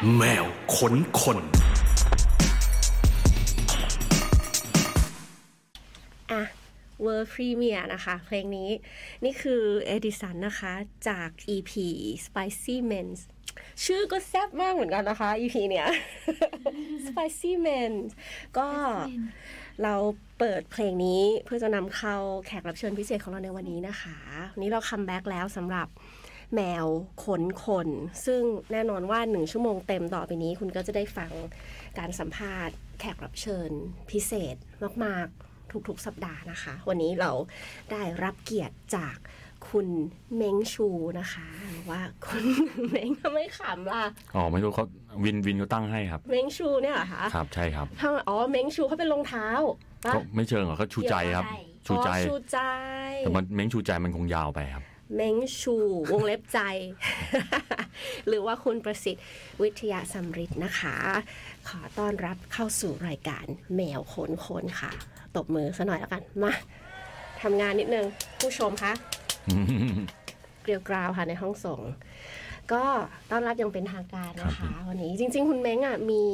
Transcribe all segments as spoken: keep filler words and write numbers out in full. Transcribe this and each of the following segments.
แมวขนคนอ่ะ World Premiere นะคะเพลงนี้นี่คือ Edison นะคะจาก อี พี Spicy Men ชื่อก็แซ่บมากเหมือนกันนะคะ อี พี เนี้ย Spicy Men ก็เราเปิดเพลงนี้เพื่อจะนำเข้าแขกรับเชิญพิเศษของเราในวันนี้นะคะวันนี้เราคัมแบ็กแล้วสำหรับแมวขนคนซึ่งแน่นอนว่าหนึ่งชั่วโมงเต็มต่อไปนี้คุณก็จะได้ฟังการสัมภาษณ์แขกรับเชิญพิเศษมากๆทุกๆสัปดาห์นะคะวันนี้เราได้รับเกียรติจากคุณเม้งชูนะคะหรือว่าคุณเม้งทำไมขำล่ะอ๋อไม่รู้เขาวินวินเขาตั้งให้ครับเม้งชูเนี่ยเหรอคะครับใช่ครับอ๋อเม้งชูเขาเป็นรองเท้าก็ไม่เชิงหรอกเขาชูใจครับชูใจชูใจแต่มันเม้งชูใจมันคงยาวไปครับเม้งชูวงเล็บใจ หรือว่าคุณประสิทธิ์วิทยาสำริดนะคะขอต้อนรับเข้าสู่รายการแมวขนคนค่ะตบมือซะหน่อยแล้วกันมาทำงานนิดนึงผู้ชมคะ เกลียวกราวค่ะในห้องส่งก็ต้อนรับยังเป็นทางการนะคะวันนี้จริงๆคุณเม้งอ่ะมี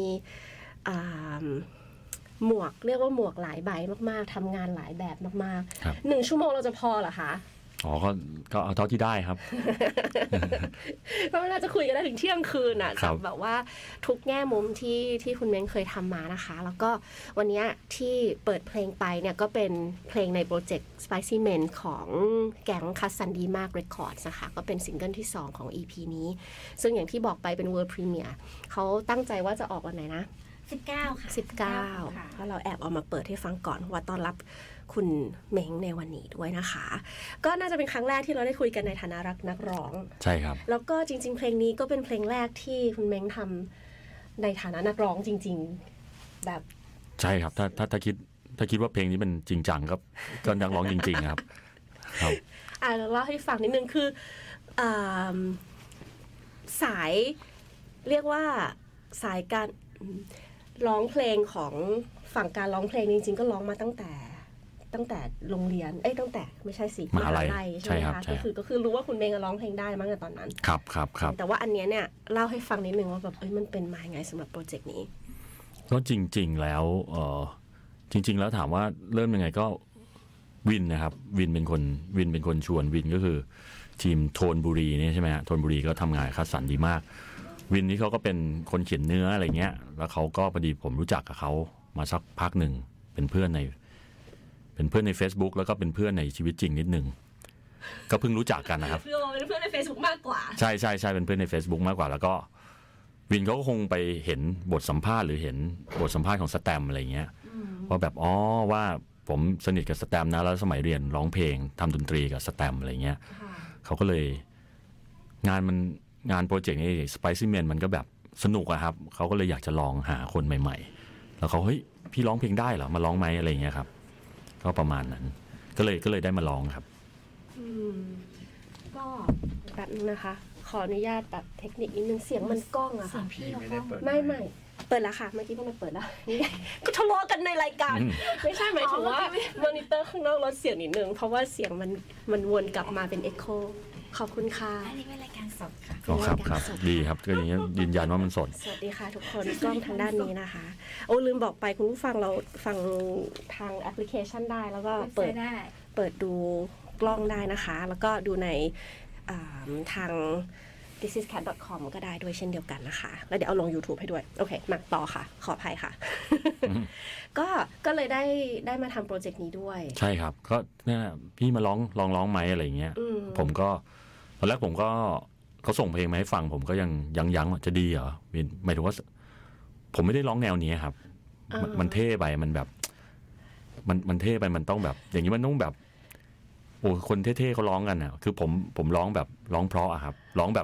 หมวกเรียกว่าหมวกหลายใบมากๆทำงานหลายแบบมากๆหนึ่งชั่วโมงเราจะพอเหรอคะอ๋อก็ก็เอาเท่าที่ได้ครับเพราะเวลาจะคุยกันได้ถึงเที่ยงคืนอ่ะกับแบบว่าทุกแง่มุมที่ที่คุณเม้งเคยทำมานะคะแล้วก็วันนี้ที่เปิดเพลงไปเนี่ยก็เป็นเพลงในโปรเจกต์ Spicy Men ของแก๊งคัสซันดีมาก Records นะคะก็เป็นซิงเกิลที่สองของ อี พี นี้ซึ่งอย่างที่บอกไปเป็น World Premiere เขาตั้งใจว่าจะออกวันไหนนะสิบเก้าค่ะสิบเก้าเพราะเราแอบเอามาเปิดให้ฟังก่อนว่าต้อนรับคุณเม้งในวันนี้ด้วยนะคะก็น่าจะเป็นครั้งแรกที่เราได้คุยกันในฐานะรักนักร้องใช่ครับแล้วก็จริงๆเพลงนี้ก็เป็นเพลงแรกที่คุณเม้งทำในฐานะนักร้องจริงๆแบบใช่ครับถ้าถ้าถ้าคิดถ้าคิดว่าเพลงนี้มันจริงจังก็ก็นักร้องจริงๆครับครับอ่าเล่าให้ฟังนิดนึงคืออ่าสายเรียกว่าสายการร้องเพลงของฝั่งการร้องเพลงจริงๆก็ร้องมาตั้งแต่ตั้งแต่โรงเรียนเอ้ยตั้งแต่ไม่ใช่สิมหาลัยใช่ไหมคะก็คือก็คือรู้ว่าคุณเมย์ร้องเพลงได้มั้งในตอนนั้นครับครับครับแต่ว่าอันเนี้ยเนี่ยเล่าให้ฟังนิดนึงว่าแบบเอ้ยมันเป็นมาไงสำหรับโปรเจกต์นี้ก็จริงๆแล้วเออจริงๆแล้วถามว่าเริ่มยังไงก็วินนะครับวินเป็นคนวินเป็นคนชวนวินก็คือทีมโทนบุรีนี่ใช่ไหมฮะโทนบุรีก็ทำงานคัดสรรดีมากวินนี่เขาก็เป็นคนเขียนเนื้ออะไรเงี้ยแล้วเขาก็พอดีผมรู้จักกับเขามาสักพักหนึ่งเป็นเพื่อนในเป็นเพื่อนใน Facebook แล้วก็เป็นเพื่อนในชีวิตจริงนิดนึงก็เพิ่งรู้จักกันนะครับคือเป็นเพื่อนใน Facebook มากกว่าใช่ใช่ใช่เป็นเพื่อนใน Facebook มากกว่าแล้วก็วินเขาก็คงไปเห็นบทสัมภาษณ์หรือเห็นบทสัมภาษณ์ของสแตมอะไรเงี้ยว่าแบบอ๋อว่าผมสนิทกับสแตมนะแล้วสมัยเรียนร้องเพลงทำดนตรีกับสแตมอะไรเงี้ยเขาก็เลยงานมันงานโปรเจกต์นี้ Spicy Men มันก็แบบสนุกอะครับเขาก็เลยอยากจะลองหาคนใหม่ๆแล้วเขาเฮ้ยพี่ร้องเพลงได้เหรอมาร้องไหมอะไรเงี้ยครับก็ประมาณนั้นก็เลยก็เลยได้มาร้องครับอืมก็แบบนึงนะคะขออนุญาตแบบเทคนิคนิดนึงเสียงมันก้องอะค่ะพี่เขาก้องไม่ไม่เปิดแล้วค่ะเมื่อกี้ก็มันเปิดแล้วก็ทะเลาะกันในรายการไม่ใช่หมายถึงว่ามอนิเตอร์ข้างนอกลดเสียงนิดนึงเพราะว่าเสียงมันมันวนกลับมาเป็นเอ็กโคขอบคุณค่ะอันนี้เป็นรายการสดค่ะอ๋อครับครับดีครับก็อย่างนี้ยืนยันว่ามันสดสวัสดีค่ะทุกคนกล้องทางด้านนี้นะคะโอ้ลืมบอกไปคุณผู้ฟังเราฟังทางแอปพลิเคชันได้แล้วก็เปิดเปิดดูกล้องได้นะคะแล้วก็ดูในทาง this is cat dot com ก็ได้ด้วยเช่นเดียวกันนะคะแล้วเดี๋ยวเอาลง YouTube ให้ด้วยโอเคมาต่อค่ะขออภัยค่ะ ก็ก็เลยได้ได้มาทำโปรเจกต์นี้ด้วยใช่ครับก็เนี่ยพี่มาร้องลองร้องไหมอะไรเงี้ยผมก็ตอนแรกผมก็เขาส่งเพลงมาให้ฟังผมก็ยังยังยังจะดีเหรอหมายถึงว่าผมไม่ได้ร้องแนวนี้ครับมันเท่ไปมันแบบมันมันเท่ไปมันต้องแบบอย่างนี้มันต้องแบบโอ้คนเท่ๆเขาร้องกันอ่ะคือผมผมร้องแบบร้องเพราะอะครับร้องแบบ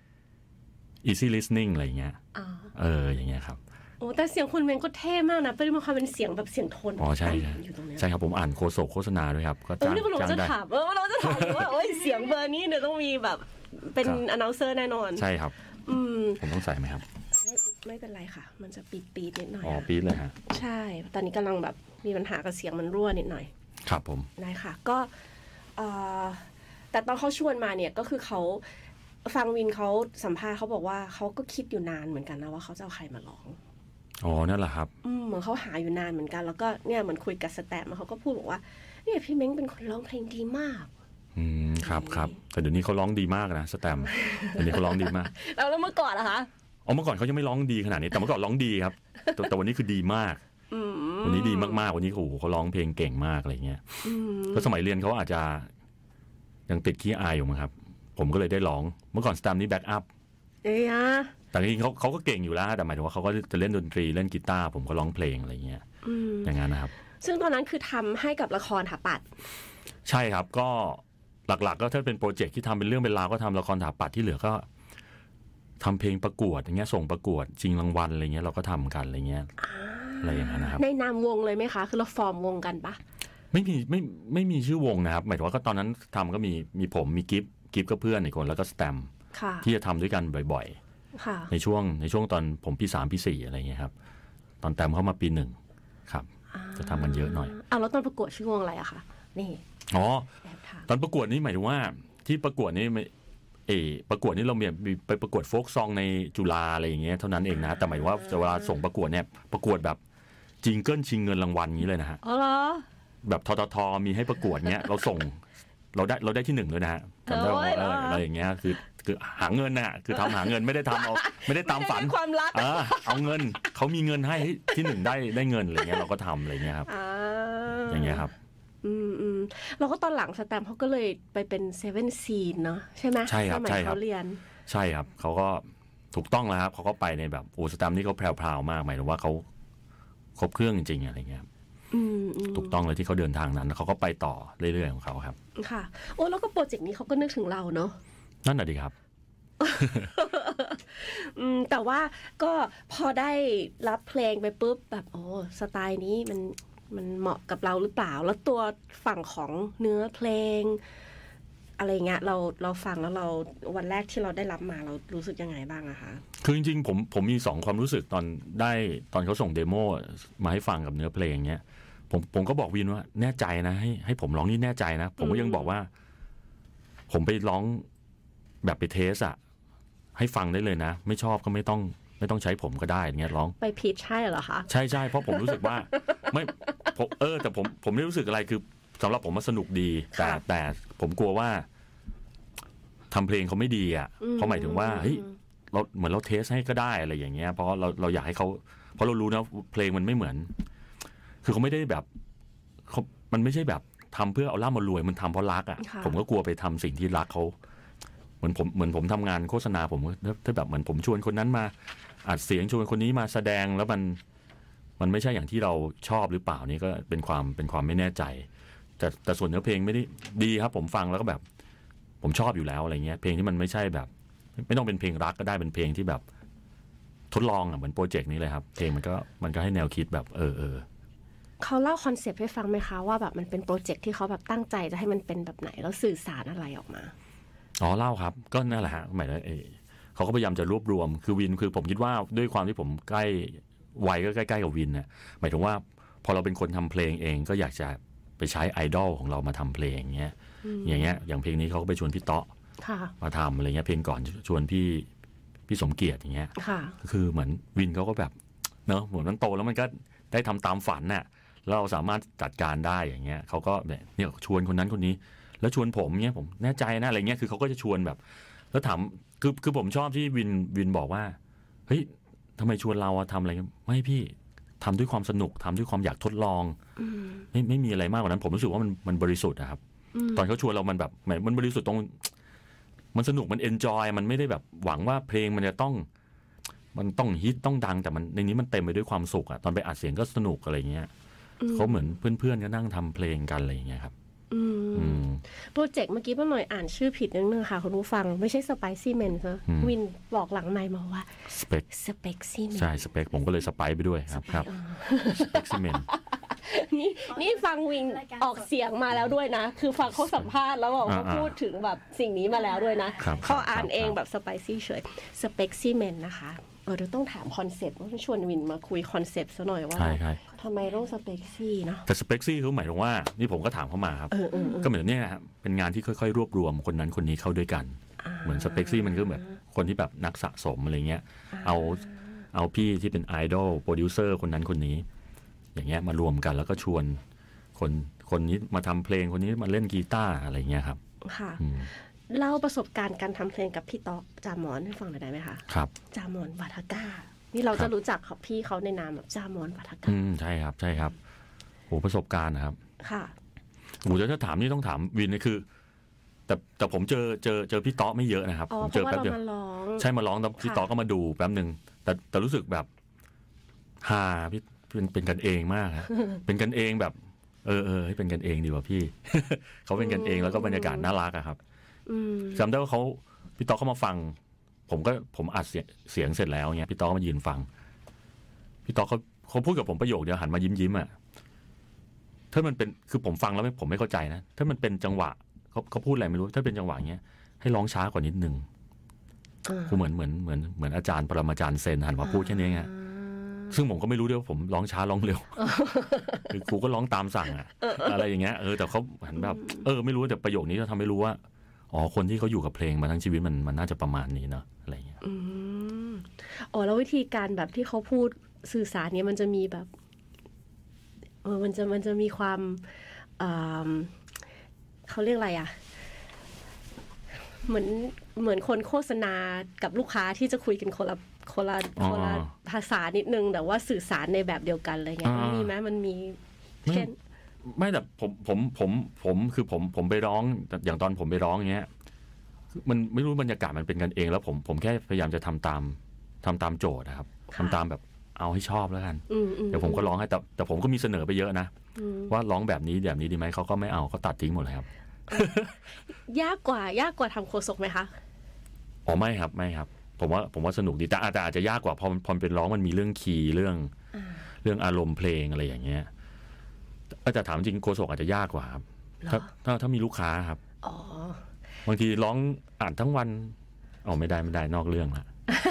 easy listening อะไรเงี้ยเอออย่างเงี้ยครับโอ้แต่เสียงคุณเมงก็เท่มากนะเป็นความเป็นเสียงแบบเสียงโทนอ๋อใช่ใช่ใช่ครับผมอ่านโฆษกโฆษณาด้วยครับก็จ้างจ้างได้เออเราจะถามว่าโอ้ยเสียงเบอร์นี้เนี่ยต้องมีแบบเป็น announcer แน่นอนใช่ครับอืมผมต้องใส่ไหมครับไม่ไม่เป็นไรค่ะมันจะปีดปีดนิดหน่อยอ๋อปีดเลยฮะใช่ตอนนี้กำลังแบบมีปัญหากับเสียงมันรั่วนิดหน่อยครับผมได้ค่ะก็แต่ตอนเขาชวนมาเนี่ยก็คือเขาฟังวินเขาสัมภาษณ์เขาบอกว่าเขาก็คิดอยู่นานเหมือนกันนะว่าเขาจะเอาใครมาร้องอ๋อนั่นแหละครับอืมเหมือนเขาหาอยู่นานเหมือนกันแล้วก็เนี่ยเหมือนคุยกับสแตมเขาก็พูดบอกว่าเนี่ยพี่เม้งเป็นคนร้องเพลงดีมากอืมครับครับแต่เดี๋ยวนี้เขาร้องดีมากนะสแตมเดี๋ยวนี้เขาร้องดีมากแล้วแล้วเมื่อก่อนล่ะคะอ๋อเมื่อก่อนเขายังไม่ร้องดีขนาดนี้แต่เมื่อก่อนร้องดีครับแต่แต่วันนี้คือดีมากวันนี้ดีมากๆวันนี้โอ้โหเขาร้องเพลงเก่งมากอะไรเงี้ยก็สมัยเรียนเขาอาจจะยังติดขี้อายอยู่มั้งครับผมก็เลยได้ร้องเมื่อก่อนสแตมนี่แบ็กอัพเอ้ยแต่จริงๆเขาเขาก็เก่งอยู่แล้วแต่หมายถึงว่าเขาก็จะเล่นดนตรีเล่นกีตาร์ผมก็ร้องเพลงอะไรเงี้ยอย่างนั้นนะครับซึ่งตอนนั้นคือทำให้กับละครถาปัดใช่ครับก็หลักๆก็ถ้าเป็นโปรเจกต์ที่ทำเป็นเรื่องเป็นราวก็ทำละครถาปัดที่เหลือก็ทำเพลงประกวดอย่างเงี้ยส่งประกวดชิงรางวัลอะไรเงี้ยเราก็ทำกันอะไรเงี้ยอะไรอย่างเงี้ยนะครับในนามวงเลยไหมคะคือเราฟอร์มวงกันปะไม่มีไม่ไม่มีชื่อวงนะครับหมายถึงว่าก็ตอนนั้นทำก็มีมีผมมีกิฟกิฟก็เพื่อนอีกคนแล้วก็สแตมที่จะทำด้วยกันบ่อยๆในช่วงในช่วงตอนผมปีสามปีสี่อะไรเงี้ยครับตอนแตมเข้ามาปีหนึ่งครับจะทำกันเยอะหน่อยอ้าวแล้วตอนประกวดชื่อวงอะไรอะคะนี่อ๋อตอนประกวดนี่หมายถึงว่าที่ประกวดนี่เออประกวดนี่เรามีไปประกวดโฟล์กซองในจุฬาอะไรอย่างเงี้ยเท่านั้นเองนะแต่หมายว่าเวลาส่งประกวดเนี่ยประกวดแบบจิงเกิลชิงเงินรางวัลนี้เลยนะฮะอ๋อเหรอแบบทททมีให้ประกวดเงี้ยเราส่งเราได้เราได้ที่หนึ่งเลยนะฮะจำได้ว่าอะไรอย่างเงี้ยคือคือหาเงินน่ะคือทำหาเงินไม่ได้ทำเอาไม่ได้ตามฝันความรักเอาเงินเขามีเงินให้ที่หนึ่งได้ได้เงินอะไรเงี้ยเราก็ทำอะไรเงี้ยครับอย่างเงี้ยครับอืมอืมแล้วก็ตอนหลังสแตมเขาก็เลยไปเป็นเซเว่นซีนเนาะใช่ไหมใช่ครับใช่ครับเขาเรียนใช่ครับเขาก็ถูกต้องแล้วครับเขาก็ไปในแบบโอ้สแตมนี่เขาแพรวๆมากหมายถึงว่าเขาครบเครื่องจริงๆอะไรเงี้ยถูกต้องเลยที่เขาเดินทางนั้นเขาก็ไปต่อเรื่อยๆของเขาครับค่ะโอ้แล้วก็โปรเจกต์นี้เขาก็นึกถึงเราเนาะนั่นแหละดีครับอืมแต่ว่าก็พอได้รับเพลงไปปุ๊บแบบโอ้สไตล์นี้มันมันเหมาะกับเราหรือเปล่าแล้วตัวฝั่งของเนื้อเพลงอะไรเงี้ยเราเราฟังแล้วเราวันแรกที่เราได้รับมาเรารู้สึกยังไงบ้างอะคะคือจริงๆผมผมมีสองความรู้สึกตอนได้ตอนเขาส่งเดโมมาให้ฟังกับเนื้อเพลงเงี้ยผมผมก็บอกวินว่าแน่ใจนะให้ให้ผมร้องนี่แน่ใจนะผมก็ยังบอกว่าผมไปร้องแบบไปเทสอะให้ฟังได้เลยนะไม่ชอบก็ไม่ต้องไม่ต้องใช้ผมก็ได้เงี้ยร้องไปพีชใช่เหรอคะใช่ใช่เพราะผมรู้สึกว่าไม่ผมเออแต่ผมผมไม่รู้สึกอะไรคือสำหรับผมมันสนุกดีแต่แต่ผมกลัวว่าทำเพลงเขาไม่ดีอ่ะเขาหมายถึงว่าเฮ้ยเราเหมือนเราเทสให้ก็ได้อะไรอย่างเงี้ยเพราะเราเราอยากให้เขาเพราะเรารู้นะเพลงมันไม่เหมือนคือเขาไม่ได้แบบเขามันไม่ใช่แบบทำเพื่อเอาล่ำมารวยมันทำเพราะรักอ่ะผมก็กลัวไปทำสิ่งที่รักเขาเหมือนผมเหมือนผมทำงานโฆษณาผมถ้าแบบเหมือนผมชวนคนนั้นมาอัดเสียงชวนคนนี้มาแสดงแล้วมันมันไม่ใช่อย่างที่เราชอบหรือเปล่านี่ก็เป็นความเป็นความไม่แน่ใจแต่แต่ส่วนเนื้อเพลงไม่ได้ดีครับผมฟังแล้วก็แบบผมชอบอยู่แล้วอะไรเงี้ยเพลงที่มันไม่ใช่แบบไม่ต้องเป็นเพลงรักก็ได้เป็นเพลงที่แบบทดลองอ่ะเหมือนโปรเจกต์นี้เลยครับเพลงมันก็มันก็ให้แนวคิดแบบเออเออเขาเล่าคอนเซปต์ให้ฟังไหมคะว่าแบบมันเป็นโปรเจกต์ที่เขาแบบตั้งใจจะให้มันเป็นแบบไหนแล้วสื่อสารอะไรออกมาอ๋อเล่าครับก็นั่นแหละฮะหมายถึงเออเขาก็พยายามจะรวบรวมคือวินคือผมคิดว่าด้วยความที่ผมใกล้วัยก็ใกล้ๆกับวินเนี่ยหมายถึงว่าพอเราเป็นคนทำเพลงเองก็อยากจะไปใช้ไอดอลของเรามาทำเพลงเงี้ยอย่างเงี้ยอย่างเพลงนี้เขาก็ไปชวนพี่เตาะมาทำอะไรเงี้ยเพลงก่อนชวนพี่พี่สมเกียรติอย่างเงี้ยก็คือเหมือนวินเขาก็แบบเนอะเหมือนมันโตแล้วมันก็ได้ทำตามฝันน่ะแล้วเราสามารถจัดการได้อย่างเงี้ยเขาก็เนี่ยชวนคนนั้นคนนี้แล้วชวนผมเงี้ยผมแน่ใจนะอะไรเงี้ยคือเขาก็จะชวนแบบแล้วถามคือคือผมชอบที่วินวินบอกว่าเฮ้ยทำไมชวนเราอะทำอะไรไม่พี่ทำด้วยความสนุกทำด้วยความอยากทดลองไม่ไม่มีอะไรมากกว่านั้นผมรู้สึกว่ามันมันบริสุทธิ์นะครับตอนเขาชวนเรามันแบบเหมือนมันบริสุทธิ์ตรงมันสนุกมันเอนจอยมันไม่ได้แบบหวังว่าเพลงมันจะต้องมันต้องฮิตต้องดังแต่มันในนี้มันเต็มไปด้วยความสุขอะตอนไปอัดเสียงก็สนุกอะไรเงี้ยเขาเหมือนเพื่อนๆก็นั่งทำเพลงกันอะไรอย่างเงี้ยครับโปรเจกต์เมื่อกี้ป้าหน่อยอ่านชื่อผิดนิดนึงค่ะคุณผู้ฟังไม่ใช่ Spicy Men นะวินบอกหลังไมค์มาว่า Spec Spexy Men ใช่ Spec ผมก็เลยสไปซ์ไปด้วยครับครับ Spexy Men นี่นี่ฟังวินออกเสียงมาแล้วด้วยนะคือฟังเขาสัมภาษณ์แล้วบอกเขาพูดถึงแบบสิ่งนี้มาแล้วด้วยนะเขาอ่านเองแบบ Spicy เฉย Spexy Men นะคะเออเดี๋ยวต้องถามคอนเซ็ปต์ว่าชวนวินมาคุยคอนเซ็ปต์ซะหน่อยว่าทำไมต้องสเปกซี่เนาะแต่สเปกซี่เขาหมายถึงว่านี่ผมก็ถามเขามาครับก็เหมือนเนี่ยครับเป็นงานที่ค่อยๆรวบรวมคนนั้นคนนี้เข้าด้วยกันเหมือนสเปกซี่มันก็แบบคนที่แบบนักสะสมอะไรเงี้ยเอาเอาพี่ที่เป็นไอดอลโปรดิวเซอร์คนนั้นคนนี้อย่างเงี้ยมารวมกันแล้วก็ชวนคนคนนี้มาทำเพลงคนนี้มาเล่นกีตาร์อะไรเงี้ยครับค่ะเล่าประสบการณ์การทำเพลงกับพี่ต๊อกจามอนให้ฟังหน่อยได้ไหมคะครับจามอนวัฒก้านี่เราจะรู้จักเขาพี่เขาในนามแบบจามอนวัฒก้าอืมใช่ครับใช่ครับโหประสบการณ์นะครับค่ะโหจะถามนี่ต้องถามวินนี่คือแต่แต่ผมเจอเจอเจอพี่ต๊อกไม่เยอะนะครับผมเจอแป๊บเดียวใช่มาร้องแล้วพี่ต๊อกก็มาดูแป๊บนึงแต่แต่รู้สึกแบบฮาพี่เป็นเป็นกันเองมากครับเป็นกันเองแบบเออเออให้เป็นกันเองดีกว่าพี่ เขาเป็นกันเองแล้วก็บรรยากาศน่ารักอะครับจำได้ว่าเขาพี่ต๊อกเขามาฟังผมก็ผมอัดเสียงเสียงเสร็จแล้วเงี้ยพี่ต๊อกมายืนฟังพี่ต๊อกเขาเขาพูดกับผมประโยคเดียวหันมายิ้มยิ้มอะถ้ามันเป็นคือผมฟังแล้วผมไม่เข้าใจนะถ้ามันเป็นจังหวะเขาเขาพูดอะไรไม่รู้ถ้าเป็นจังหวะเงี้ยให้ร้องช้ากว่านิดนึงคือเหมือนเหมือนเหมือนเหมือนอาจารย์ปรมาจารย์เซนหันมาพูดแค่นี้ไงซึ่งผมก็ไม่รู้ด้วยว่าผมร้องช้าร้องเร็วคือครูก็ร้องตามสั่งอะอะไรอย่างเงี้ยเออแต่เขาหันแบบเออไม่รู้แต่ประโยคนี้จะทำให้รู้ว่าอ๋อคนที่เขาอยู่กับเพลงมาทั้งชีวิตมันมันน่าจะประมาณนี้เนาะอะไรเงี้ยอ๋อแล้ววิธีการแบบที่เขาพูดสื่อสารเนี้ยมันจะมีแบบเออมันจะมันจะมีความเขาเรียกอะไรอ่ะเหมือนเหมือนคนโฆษณากับลูกค้าที่จะคุยกันคนละคนละคนละภาษานิดนึงแต่ว่าสื่อสารในแบบเดียวกันอะไรเงี้ยมีไหมมันมีเช่นไม่แต่ผมผมผมผมคือผมผมไปร้องอย่างตอนผมไปร้องอย่างเงี้ยมันไม่รู้บรรยากาศมันเป็นกันเองแล้วผมผมแค่พยายามจะทำตามทำตามโจทย์นะครับทำตามแบบเอาให้ชอบแล้วกันเดี๋ยวผมก็ร้องให้แต่แต่ผมก็มีเสนอไปเยอะนะว่าร้องแบบนี้แบบนี้ดีไหมเขาก็ไม่เอาเขาตัดทิ้งหมดเลยครับยากกว่ายากกว่าทำโคศกไหมคะอ๋อไม่ครับไม่ครับผมว่าผมว่าสนุกดีแต่อาจจะยากกว่าพอพอเป็นร้องมันมีเรื่องคีย์เรื่องเรื่องอารมณ์เพลงอะไรอย่างเงี้ยแต่ถามจริงโคศกอาจจะยากกว่าครับถ้าถ้าถ้ามีลูกค้าครับบางทีร้องอ่านทั้งวันอ๋อไม่ได้ไม่ได้นอกเรื่องละ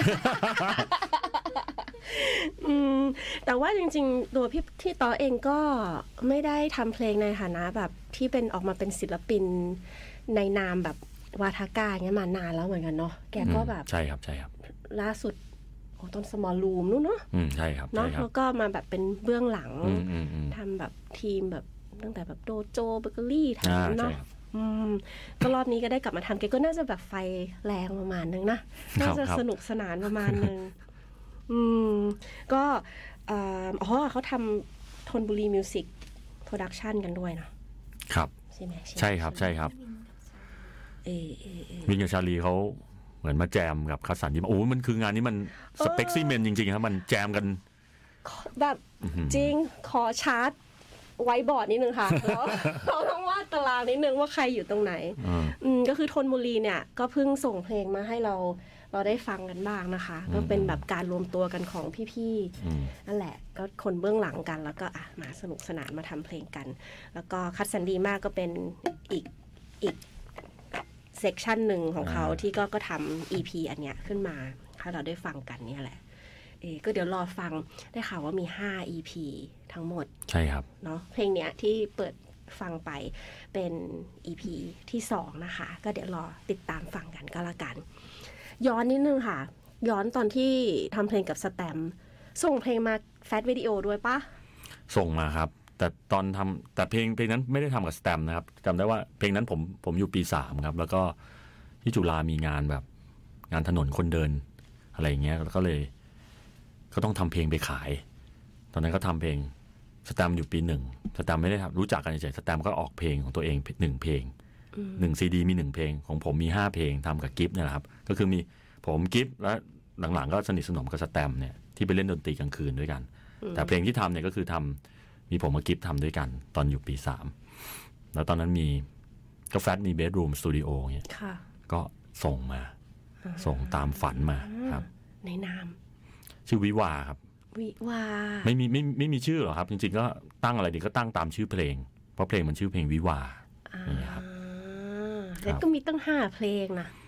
อืมแต่ว่าจริงๆตัวพี่ที่ต่อเองก็ไม่ได้ทำเพลงในฐานะแบบที่เป็นออกมาเป็นศิลปินในนามแบบวาทกาเงี้ยมานานแล้วเหมือนกันเนาะแกก็แบบใช่ครับใช่ครับล่าสุดโอ้ต้นสมอลรูมนู้นเนาะอืมใช่ครับเนาะแล้วก็มาแบบเป็นเบื้องหลังทำแบบทีมแบบตั้งแต่แบบโดโจเบเกอรี่ทำเนาะก็รอบนี้ก็ได้กลับมาทำแกก็น่าจะแบบไฟแรงประมาณนึงนะน่าจะสนุกสนานประมาณนึงอืมก็อ๋อเขาทำธนบุรีมิวสิกโปรดักชันกันด้วยนะครับใช่ไหมใช่ครับใช่ครับเอเอวินกับชาลีเขาเหมือนมาแจมกับคัสสันที่โอ้มันคืองานนี้มันสเปกซี่เมนจริงๆครับมันแจมกันแบบจริงขอชาร์ตไว้บอร์ดนิดนึงค่ะแล้วเราต้องวาดตารางนิดนึงว่าใครอยู่ตรงไหนอืมก็คือธนบุรีเนี่ยก็เพิ่งส่งเพลงมาให้เราเราได้ฟังกันบ้างนะคะก็เป็นแบบการรวมตัวกันของพี่ๆนั่นแหละก็คนเบื้องหลังกันแล้วก็อ่ะมาสนุกสนานมาทำเพลงกันแล้วก็คัดสันดีมากก็เป็นอีกอีกเซกชันหนึ่งของเขาที่ก็ก็ทำ อี พี อันเนี้ยขึ้นมาให้เราได้ฟังกันเนี่ยแหละเอก็เดี๋ยวรอฟังได้ข่าวว่ามีห้า อี พี ทั้งหมดใช่ครับเนาะเพลงเนี้ยที่เปิดฟังไปเป็น อี พี ที่สองนะคะก็เดี๋ยวรอติดตามฟังกันก็แล้วกันย้อนนิดนึงค่ะย้อนตอนที่ทำเพลงกับสแตมส่งเพลงมาแฟชวิดีโอด้วยปะส่งมาครับแต่ตอนทำแต่เพลงเพลงนั้นไม่ได้ทำกับสแตมนะครับจำได้ว่าเพลงนั้นผมผมอยู่ปีสามครับแล้วก็ที่จุฬามีงานแบบงานถนนคนเดินอะไรอย่างเงี้ยก็เลยก็ต้องทำเพลงไปขายตอนนั้นก็ทำเพลงสแตมอยู่ปีหนึ่งสแตมไม่ได้ทำรู้จักกันเฉยๆสแตมก็ออกเพลงของตัวเองหนึ่งเพลงหนึ่งซีดีมีหนึ่งเพลงของผมมีห้าเพลงทำกับกิฟต์เนี่ยแหละครับก็คือมีผมกิฟต์แล้วหลังๆก็สนิทสนมกับสแตมเนี่ยที่ไปเล่นดนตรีกลางคืนด้วยกันแต่เพลงที่ทำเนี่ยก็คือทำมีผมกับกิฟต์ทำด้วยกันตอนอยู่ปีสามแล้วตอนนั้นมีก็แฟตมีเบดรูมสตูดิโอเนี่ยก็ส่งมาส่งตามฝันมาครับในนามชื่อวิวาครับวิวาไม่มีไม่ไม่มีชื่อหรอกครับจริงๆก็ตั้งอะไรดีก็ตั้งตามชื่อเพลงเพราะเพลงมันชื่อเพลงวิวานี่ครับแล้วก็มีตั้งห้าเพลงนะ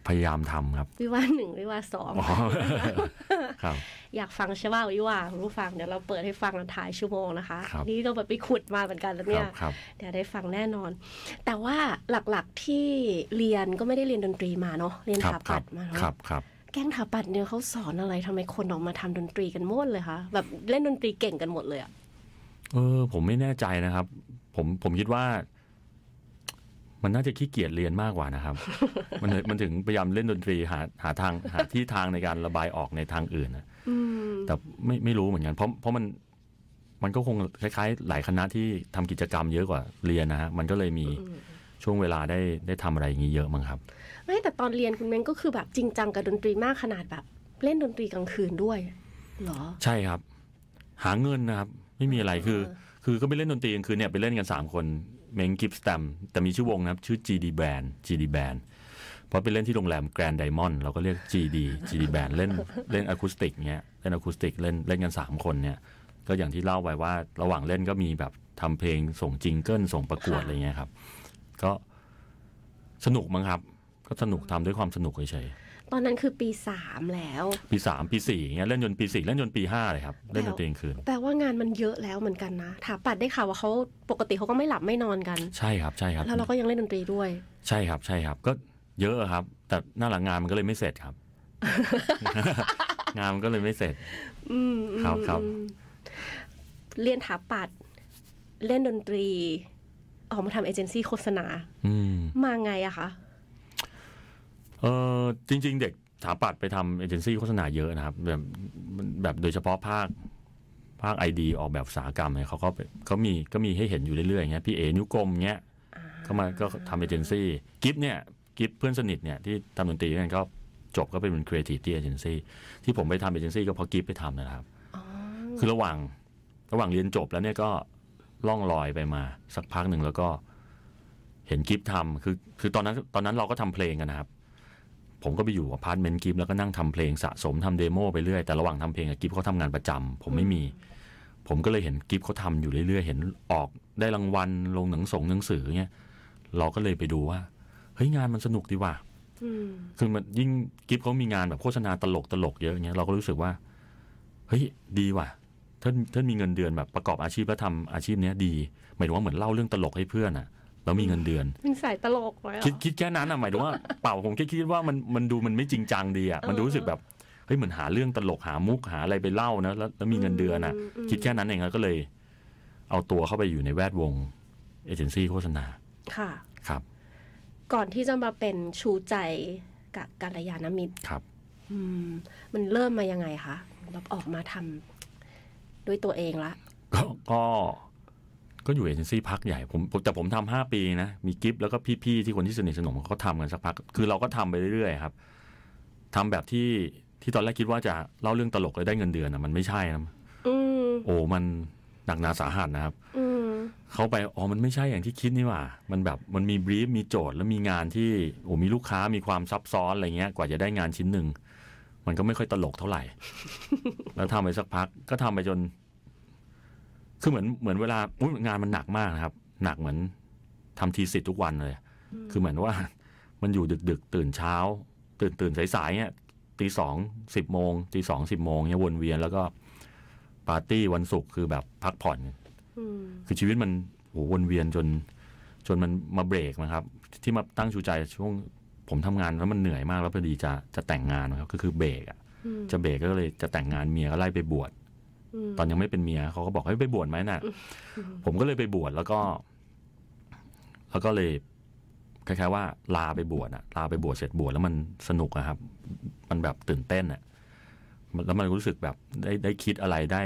พยายามทำครับวิวาหนึ่งวิวาสองครับอยากฟังใช่ป่ะวิวาคุณผู้ฟังเดี๋ยวเราเปิดให้ฟังท้ายชั่วโมงนะคะนี่เราไปขุดมาเหมือนกันแล้วเนี่ยเดี๋ยวได้ฟังแน่นอนแต่ว่าหลักๆที่เรียนก็ไม่ได้เรียนดนตรีมาเนาะเรียนถาปัตย์มาเนาะครับครับแก๊งถาปัตย์เนี่ยเขาสอนอะไรทำไมคนออกมาทำดนตรีกันหมดเลยคะแบบเล่นดนตรีเก่งกันหมดเลยอะเออผมไม่แน่ใจนะครับผมผมคิดว่ามันน่าจะขี้เกียจเรียนมากกว่านะครับ มันมันถึงพยายามเล่นดนตรีหาหาทางหาที่ทางในการระบายออกในทางอื่นนะแต่ไม่ไม่รู้เหมือนกันเพราะเพราะมันมันก็คงคล้ายๆหลายคณะที่ทำกิจกรรมเยอะกว่าเรียนนะฮะมันก็เลยมีช่วงเวลาได้ได้ทำอะไรอย่างนี้เยอะมั้งครับไม่แต่ตอนเรียนคุณเม้งก็คือแบบจริงจังกับดนตรีมากขนาดแบบเล่นดนตรีกลางคืนด้วยเหรอใช่ครับหาเงินนะครับไม่มีอะไรคือคือก็ไปเล่นดนตรีกลางคืนเนี่ยไปเล่นกันสามคนเม้งกิฟสแตมแต่มีชื่อวงนะครับชื่อ จี ดี Band จี ดี Band เพราะไปเล่นที่โรงแรม Grand Diamond เราก็เรียก จี ดี จี ดี Band เล่นเล่นอะคูสติกเงี้ยเล่นอะคูสติกเล่นเล่นกันสามคนเนี่ยก็อย่างที่เล่าไว้ว่าระหว่างเล่นก็มีแบบทำเพลงส่งจิงเกิลส่งประกวดอะไรเงี้ยครับก็สนุกมั้งครับก็สนุกทำด้วยความสนุกเฉยๆตอนนั้นคือปีสามแล้วปีสามปีสี่เงี้ยเล่นจนปีสี่เล่นจนปีห้าเลยครับเล่นดนตรีกลางคืนแปลว่างานมันเยอะแล้วเหมือนกันนะถาปัดได้ข่าวว่าเขาปกติเขาก็ไม่หลับไม่นอนกันใช่ครับใช่ครับแล้วเราก็ยังเล่นดนตรีด้วยใช่ครับใช่ครับก็เยอะครับแต่หน้าหลังงานมันก็เลยไม่เสร็จครับ งานมันก็เลยไม่เสร็จครับครับเรียนถาปัดเล่นดนตรีออกมาทำเอเจนซี่โฆษณามาไงอะคะเออจริงๆเด็กถาปัดไปทำเอเจนซี่โฆษณาเยอะนะครับแบบแบบโดยเฉพาะภาคภาคไอดีออกแบบอุตสาหกรรมเนี่ยเขาก็เขามีก็มีให้เห็นอยู่เรื่อยๆอย่างเงี้ยพี่เอนิ้วกลมเงี้ยก็มาก็ทำเอเจนซี่กิฟเนี่ยกิฟเพื่อนสนิทเนี่ยที่ทำดนตรีกันก็จบก็เป็นครีเอทีฟที่เอเจนซี่ที่ผมไปทำเอเจนซี่ก็เพราะกิฟไปทำนะครับคือระหว่างระหว่างเรียนจบแล้วเนี่ยก็ล่องลอยไปมาสักพักหนึ่งแล้วก็เห็นกิฟทำคือคือตอนนั้นตอนนั้นเราก็ทำเพลงกันนะครับผมก็ไปอยู่อพาร์ตเมนต์กิฟแล้วก็นั่งทำเพลงสะสมทำเดโมไปเรื่อยแต่ระหว่างทำเพลงกับกิฟเขาทำงานประจำผมไม่มีผมก็เลยเห็นกิฟเขาทำอยู่เรื่อยๆเห็นออกได้รางวัลลงหนังส่งหนังสือเงี้ยเราก็เลยไปดูว่าเฮ้ยงานมันสนุกดีว่ะคือมันยิ่งกิฟเขามีงานแบบโฆษณาตลกตลกเยอะเงี้ยเราก็รู้สึกว่าเฮ้ยดีว่ะถ้าถ้ามีเงินเดือนแบบประกอบอาชีพแล้วทำอาชีพนี้ดีหมายถึงว่าเหมือนเล่าเรื่องตลกให้เพื่อนอ่ะแล้วมีเงินเดือนเป็นสายตลกไว้คิดคิดแค่นั้นอ่ะหมายถึงว่าเปล่าผมแค่คิดว่ามันมันดูมันไม่จริงจังดีอ่ะมันรู้สึกแบบเฮ้ยเหมือนหาเรื่องตลกหามุกหาอะไรไปเล่านะแล้วแล้วมีเงินเดือนอ่ะคิดแค่นั้นเองก็เลยเอาตัวเข้าไปอยู่ในแวดวงเอเจนซี่โฆษณาค่ะครับก่อนที่จะมาเป็นชูใจกับกัลยาณมิตรครับอืมมันเริ่มมายังไงคะแบบออกมาทำด้วยตัวเองละก็ก็ก็อยู่เอเจนซี่พักใหญ่ผมแต่ผมทำห้าปีนะมีกิฟต์แล้วก็พี่ๆที่คนที่สนิทสนมเขาทำกันสักพักคือเราก็ทำไปเรื่อยๆครับทำแบบที่ที่ตอนแรกคิดว่าจะเล่าเรื่องตลกแล้วได้เงินเดือนอ่ะมันไม่ใช่นะโอ้มันหนักหนาสาหัสนะครับเขาไปอ๋อมันไม่ใช่อย่างที่คิดนี่หว่ามันแบบมันมีบรีฟมีโจทย์แล้วมีงานที่โอ้มีลูกค้ามีความซับซ้อนอะไรเงี้ยกว่าจะได้งานชิ้นหนึ่งมันก็ไม่ค่อยตลกเท่าไหร่ แล้วทำไปสักพักก็ทำไปจนคือเหมือนเหมือนเวลางานมันหนักมากนะครับหนักเหมือนทำทีสิทธ์ทุกวันเลยคือเหมือนว่ามันอยู่ดึกๆตื่นเช้าตื่นตื่นสายๆเนี่ยตีสองสิบโมงตีสองสิบโมงเนี่ยวนเวียนแล้วก็ปาร์ตี้วันศุกร์คือแบบพักผ่อนคือชีวิตมันโหวนเวียนจนจนมันมาเบรกนะครับที่มาตั้งชูใจช่วงผมทำงานแล้วมันเหนื่อยมากแล้วพอดีจะจะแต่งงานนะครับก็คือเบรกอ่ะจะเบรกก็เลยจะแต่งงานเมียก็ไล่ไปบวชตอนยังไม่เป็นเมียเขาก็บอกให้ไปบวชไหมน่ะผมก็เลยไปบวชแล้วก็แล้วก็เลยคล้ายๆว่าลาไปบวชอ่ะลาไปบวชเสร็จบวชแล้วมันสนุกอะครับมันแบบตื่นเต้นอ่ะแล้วมันรู้สึกแบบได้ได้คิดอะไรได้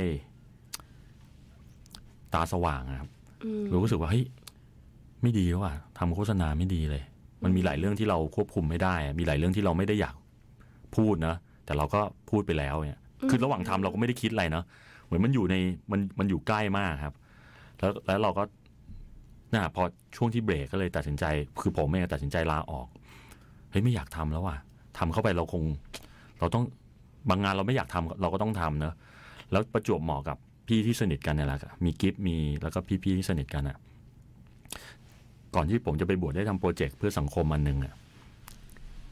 ตาสว่างครับรู้สึกว่าเฮ้ยไม่ดีแล้วอ่ะทำโฆษณาไม่ดีเลยมันมีหลายเรื่องที่เราควบคุมไม่ได้มีหลายเรื่องที่เราไม่ได้อยากพูดนะแต่เราก็พูดไปแล้วเนี่ยคือระหว่างทำเราก็ไม่ได้คิดอะไรเนาะเหมือนมันอยู่ในมันมันอยู่ใกล้มากครับแล้วแล้วเราก็น่ะพอช่วงที่เบรกก็เลยตัดสินใจคือผมเองตัดสินใจลาออกเฮ้ยไม่อยากทำแล้วว่ะทำเข้าไปเราคงเราต้องบางงานเราไม่อยากทำเราก็ต้องทำเนอะแล้วประจวบเหมาะกับพี่ที่สนิทกันเนี่ยแหละมีกิฟต์มีแล้วก็พี่ๆที่สนิทกันอ่ะก่อนที่ผมจะไปบวชได้ทำโปรเจกต์เพื่อสังคมอันหนึ่งอ่ะ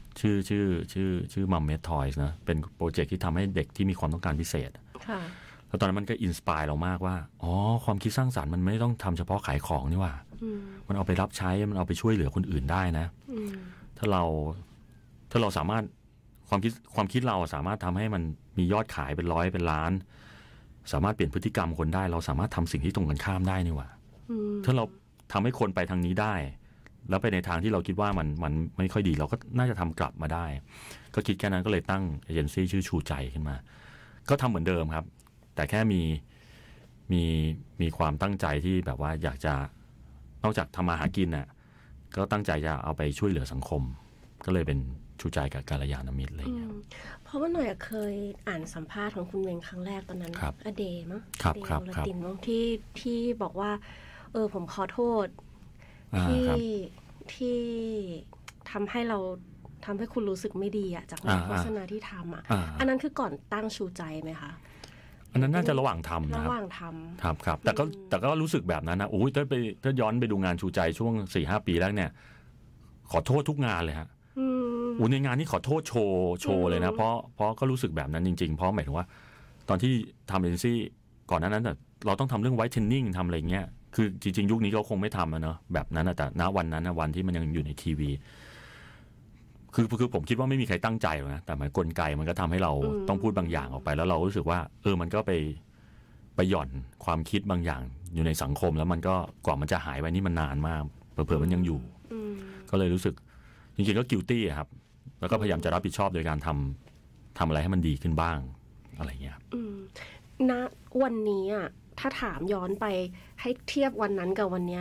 ชื่อชื่อชื่อชื่อมัมเมดทอยส์นะเป็นโปรเจกต์ที่ทำให้เด็กที่มีความต้องการพิเศษแล้วตอนนั้นมันก็อินสปายเรามากว่าอ๋อความคิดสร้างสรรค์มันไม่ต้องทำเฉพาะขายของนี่ว่ามันเอาไปรับใช้มันเอาไปช่วยเหลือคนอื่นได้นะถ้าเราถ้าเราสามารถความคิดความคิดเราสามารถทำให้มันมียอดขายเป็นร้อยเป็นล้านสามารถเปลี่ยนพฤติกรรมคนได้เราสามารถทำสิ่งที่ตรงกันข้ามได้นี่ว่าถ้าเราทำให้คนไปทางนี้ได้แล้วไปในทางที่เราคิดว่ามันมันไม่ค่อยดีเราก็น่าจะทำกลับมาได้ก็คิดแค่นั้นก็เลยตั้งเอเจนซี่ชื่อชูใจขึ้นมาก็ทำเหมือนเดิมครับแต่แค่มีมีมีความตั้งใจที่แบบว่าอยากจะนอกจากทำมาหากินน่ะก็ตั้งใจจะเอาไปช่วยเหลือสังคมก็เลยเป็นชูใจกับกัลยาณมิตรอะไรอย่างเงี้ยเพราะว่าหน่อยเคยอ่านสัมภาษณ์ของคุณเวงครั้งแรกตอนนั้นอเดย์มั้งครับครับครับที่ที่บอกว่าเออผมขอโทษที่ที่ทำให้เราทำให้คุณรู้สึกไม่ดีอะจากงานโฆษณาที่ทำอะอันนั้นคือก่อนตั้งชูใจไหมคะอันนั้นน่าจะระหว่างทำนะครับระหว่างทำครับครับแต่ก็แต่ก็รู้สึกแบบนั้นนะโอ้ยถ้าไปถ้าย้อนไปดูงานชูใจช่วง สี่ห้า ปีแล้วเนี่ยขอโทษทุกงานเลยฮะอู้ในงานนี้ขอโทษโชว์โชว์เลยนะเพราะเพราะก็รู้สึกแบบนั้นจริงๆเพราะหมายถึงว่าตอนที่ทำเอเจนซี่ก่อนหน้านั้นเราต้องทำเรื่องไวท์เทนนิ่งทำอะไรเงี้ยคือจริงๆยุคนี้เขาคงไม่ทำแล้วเนาะแบบนั้นแต่ณวันนั้นวันที่มันยังอยู่ในทีวีคือคือผมคิดว่าไม่มีใครตั้งใจหรอกนะแต่มันกลไกมันก็ทำให้เราต้องพูดบางอย่างออกไปแล้วเรารู้สึกว่าเออมันก็ไปไปหย่อนความคิดบางอย่างอยู่ในสังคมแล้วมันก็กว่ามันจะหายไปนี่มันนานมากเผลอๆมันยังอยู่ก็เลยรู้สึกจริงๆก็กิลตี้ครับแล้วก็พยายามจะรับผิดชอบโดยการทำทำอะไรให้มันดีขึ้นบ้างอะไรเงี้ยณวันนี้อ่ะถ้าถามย้อนไปให้เทียบวันนั้นกับวันนี้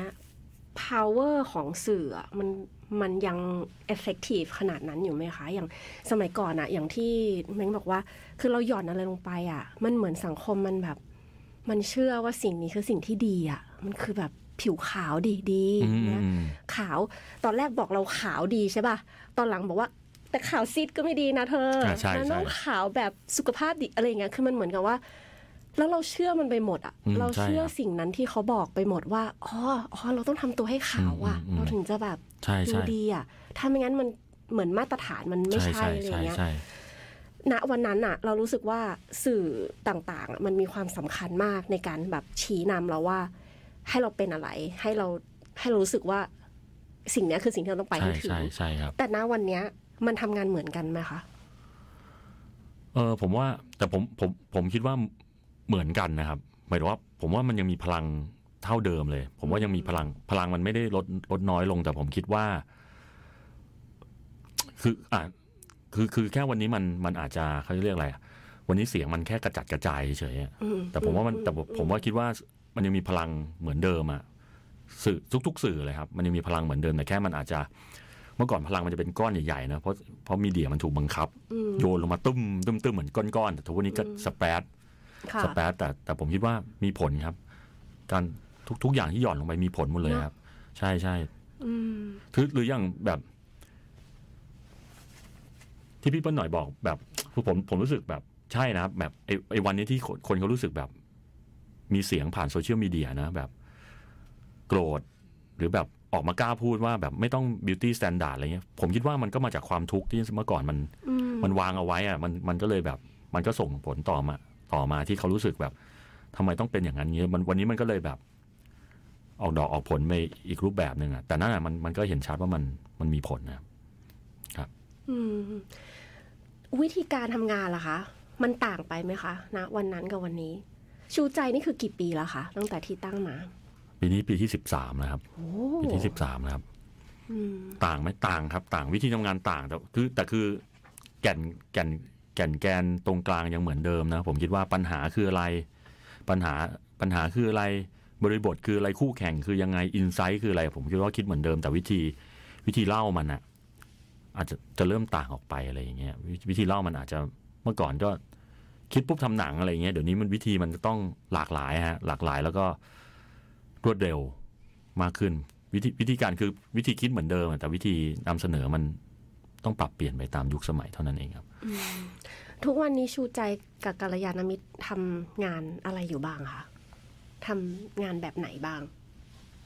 power ของสื่อมันมันยัง effective ขนาดนั้นอยู่ไหมคะอย่างสมัยก่อนอะอย่างที่แม่งบอกว่าคือเราหย่อนอะไรลงไปอะมันเหมือนสังคมมันแบบมันเชื่อว่าสิ่งนี้คือสิ่งที่ดีอะมันคือแบบผิวขาวดีดีนะขาวตอนแรกบอกเราขาวดีใช่ป่ะตอนหลังบอกว่าแต่ขาวซีดก็ไม่ดีนะเธอแล้วต้องขาวแบบสุขภาพดีอะไรอย่างเงี้ยคือมันเหมือนกับว่าแล้วเราเชื่อมันไปหมดอ่ะเราเชื่อสิ่งนั้นที่เขาบอกไปหมดว่าอ๋ออ๋อเราต้องทำตัวให้ขาวอ่ะเราถึงจะแบบดูดีอ่ะถ้าไม่งั้นมันเหมือนมาตรฐานมันไม่ใช่อะไรเงี้ยณวันนั้นอ่ะเรารู้สึกว่าสื่อต่างๆมันมีความสำคัญมากในการแบบชี้นำเราว่าให้เราเป็นอะไรให้เราให้เรารู้สึกว่าสิ่งนี้คือสิ่งที่เราต้องไปให้ถึงแต่ณวันนี้มันทำงานเหมือนกันไหมคะเออผมว่าแต่ผมผมผมคิดว่าเหมือนกันนะครับหมายถึงว่าผมว่ามันยังมีพลังเท่าเดิมเลยผมว่ายังมีพลังพลังมันไม่ได้ลดลดน้อยลงแต่ผมคิดว่าคืออ่ะคือคือแค่วันนี้มันมันอาจจะเขาเรียกอะไรวันนี้เสียงมันแค่กระจัดกระจายเฉยๆแต่ผมว่ามันแต่ผมว่าคิดว่ามันยังมีพลังเหมือนเดิมอะสื่อทุกๆสื่อเลยครับมันยังมีพลังเหมือนเดิมแต่แค่มันอาจจะเมื่อก่อนพลังมันจะเป็นก้อนใหญ่ๆนะเพราะเพราะมีเดียมันถูกบังคับโยนลงมาตุ้มตุ้มตุ้มเหมือนก้อนๆแต่ทุกวันนี้ก็สเปรดสเปรดแต่แต่ผมคิดว่ามีผลครับการทุกทุกอย่างที่หย่อนลงไปมีผลหมดเลยครับใช่ใช่คือหรืออย่างแบบที่พี่เปิ้ลหน่อยบอกแบบคือผมผมรู้สึกแบบใช่นะครับแบบไอ้ไอ้วันนี้ที่คนเขารู้สึกแบบมีเสียงผ่านโซเชียลมีเดียนะแบบโกรธหรือแบบออกมากล้าพูดว่าแบบไม่ต้อง beauty standard อะไรเงี้ยผมคิดว่ามันก็มาจากความทุกข์ที่เมื่อก่อนมันมันวางเอาไว้อะมันมันก็เลยแบบมันก็ส่งผลต่อมาต่อมาที่เขารู้สึกแบบทำไมต้องเป็นอย่างนั้นเงี้ยมันวันนี้มันก็เลยแบบออกดอกออกผลไปอีกรูปแบบนึงอะแต่นั่นอะมันมันก็เห็นชัดว่ามันมันมีผลนะครับวิธีการทำงานล่ะคะมันต่างไปไหมคะณวันนั้นกับวันนี้ชูใจนี่คือกี่ปีแล้วคะตั้งแต่ที่ตั้งมาปีนี้ปีที่สิบสามนะครับปีที่สิบสามนะครับต่างไหมต่างครับต่างวิธีทำงานต่างแต่คือแต่คือแก่นแก่นแก่นแกนตรงกลางยังเหมือนเดิมนะผมคิดว่าปัญหาคืออะไรปัญหาปัญหาคืออะไรบริบทคืออะไรคู่แข่งคือยังไงอินไซต์คืออะไรผมคิดว่าคิดเหมือนเดิมแต่วิธีวิธีเล่ามันอะอาจจะจะเริ่มต่างออกไปอะไรอย่างเงี้ยวิธีเล่ามันอาจจะเมื่อก่อนก็คิดปุ๊บทำหนังอะไรเงี้ยเดี๋ยวนี้มันวิธีมันต้องหลากหลายฮะหลากหลายแล้วก็รวดเร็วมากขึ้นวิธีวิธีการคือวิธีคิดเหมือนเดิมแต่วิธีนำเสนอมันต้องปรับเปลี่ยนไปตามยุคสมัยเท่านั้นเองครับทุกวันนี้ชูใจกับกัลยาณมิตรทำงานอะไรอยู่บ้างคะทำงานแบบไหนบ้าง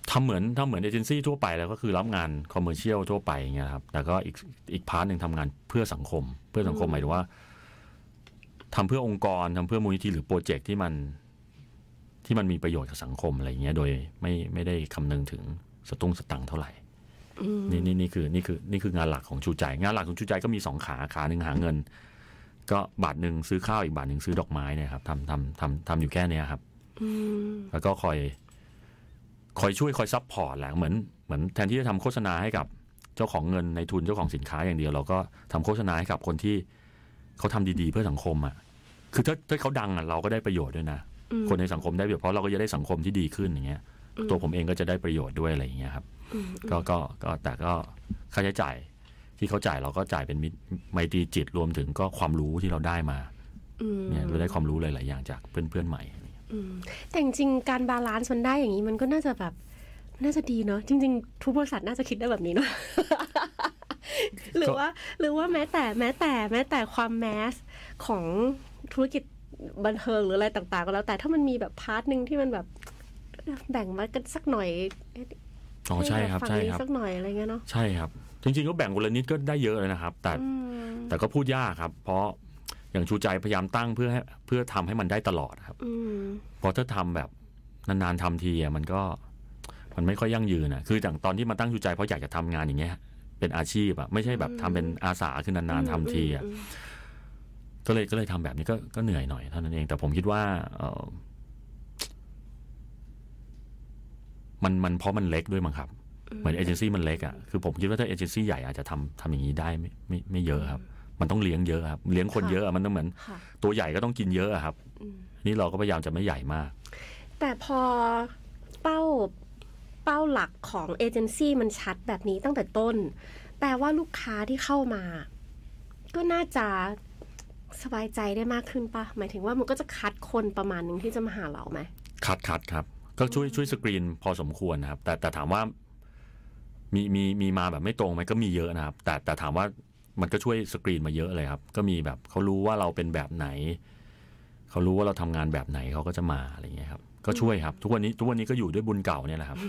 ทำเหมือนทำเหมือนเอเจนซี่ทั่วไปแล้วก็คือรับงานคอมเมอร์เชียลทั่วไปอย่างเงี้ยครับแต่ก็อีกอีกพาร์ทหนึ่งทำงานเพื่อสังคมเพื่อสังคมหมายถึงว่าทำเพื่อองค์กรทำเพื่อมูลนิธิหรือโปรเจกต์ที่มันที่มันมีประโยชน์กับสังคมอะไรเงี้ยโดยไม่ไม่ได้คำนึงถึงสตุ้งสตังค์เท่าไหร่นี่นี่นี่คือนี่คือนี่คืองานหลักของชูใจงานหลักของชูใจก็มีสองขาขาหนึ่งหาเงินก็บาทหนึ่งซื้อข้าวอีกบาทหนึ่งซื้อดอกไม้เนี่ยครับทำทำทำทำอยู่แค่นี้ครับแล้วก็คอยคอยช่วยคอยซัพพอร์ตแหละเหมือนเหมือนแทนที่จะทำโฆษณาให้กับเจ้าของเงินในทุนเจ้าของสินค้าอย่างเดียวเราก็ทำโฆษณาให้กับคนที่เขาทำดีๆเพื่อสังคมอ่ะคือถ้าถ้าเขาดังอ่ะเราก็ได้ประโยชน์ด้วยนะคนในสังคมได้ประโยชน์เพราะเราก็จะได้สังคมที่ดีขึ้นอย่างเงี้ยตัวผมเองก็จะได้ประโยชน์ด้วยอะไรอย่างเงี้ยครับก็ก็ก็แต่ก็ค่าใช้จ่ายที่เขาจ่ายเราก็จ่ายเป็นไมตรีจิตรวมถึงก็ความรู้ที่เราได้มาเนี่ยเราได้ความรู้หลายๆอย่างจากเพื่อนๆใหม่แต่จริงๆการบาลานซ์มันได้อย่างนี้มันก็น่าจะแบบน่าจะดีเนาะจริงๆทุกบริษัทน่าจะคิดได้แบบนี้เนาะ หรือว่าหรือว่าแม้แต่แม้แต่แม้แต่ความแมสของธุรกิจบันเทิงหรืออะไรต่างๆก็แล้วแต่ถ้ามันมีแบบพาร์ทนึงที่มันแบบแบ่งมากันสักหน่อยอ๋อใช่ครับใช่ครับสักหน่อยอะไรเงี้ยเนาะใช่ครับจริงๆก็แบ่งคนละนิดก็ได้เยอะเลยนะครับแต่แต่ก็พูดยากครับเพราะอย่างชูใจพยายามตั้งเพื่อเพื่อทำให้มันได้ตลอดครับเพราะถ้าทำแบบนานๆทำทีมันก็มันไม่ค่อยยั่งยืนนะคืออย่างตอนที่มาตั้งชูใจเพราะอยากจะทำงานอย่างเงี้ยเป็นอาชีพอะไม่ใช่แบบทำเป็นอาสาคือนานๆทำทีอะก็เลยก็เลยทำแบบนี้ก็ก็เหนื่อยหน่อยเท่านั้นเองแต่ผมคิดว่าเออมันมันเพราะมันเล็กด้วยมั้งครับเหมือนเอเจนซี่มันเล็กอะคือผมคิดว่าถ้าเอเจนซี่ใหญ่อาจจะทำทำอย่างนี้ได้ไม่ไม่ไม่เยอะครับมันต้องเลี้ยงเยอะครับเลี้ยงคนเยอะมันต้องเหมือนตัวใหญ่ก็ต้องกินเยอะครับนี่เราก็พยายามจะไม่ใหญ่มากแต่พอเป้าเป้าหลักของเอเจนซี่มันชัดแบบนี้ตั้งแต่ต้นแปลว่าลูกค้าที่เข้ามาก็น่าจะสบายใจได้มากขึ้นป่ะหมายถึงว่ามันก็จะคัดคนประมาณนึงที่จะมาหาเราไหมคัดคัดครับก็ช่วยช่วยสกรีนพอสมควรนะครับแต่แต่ถามว่ามีมีมีมาแบบไม่ตรงไหมก็มีเยอะนะครับแต่แต่ถามว่ามันก็ช่วยสกรีนมาเยอะเลยครับก็มีแบบเขารู้ว่าเราเป็นแบบไหนเขารู้ว่าเราทำงานแบบไหนเขาก็จะมาอะไรเงี้ยครับก็ช่วยครับทุกวันนี้ทุกวันนี้ก็อยู่ด้วยบุญเก่าเนี่ยแหละครับ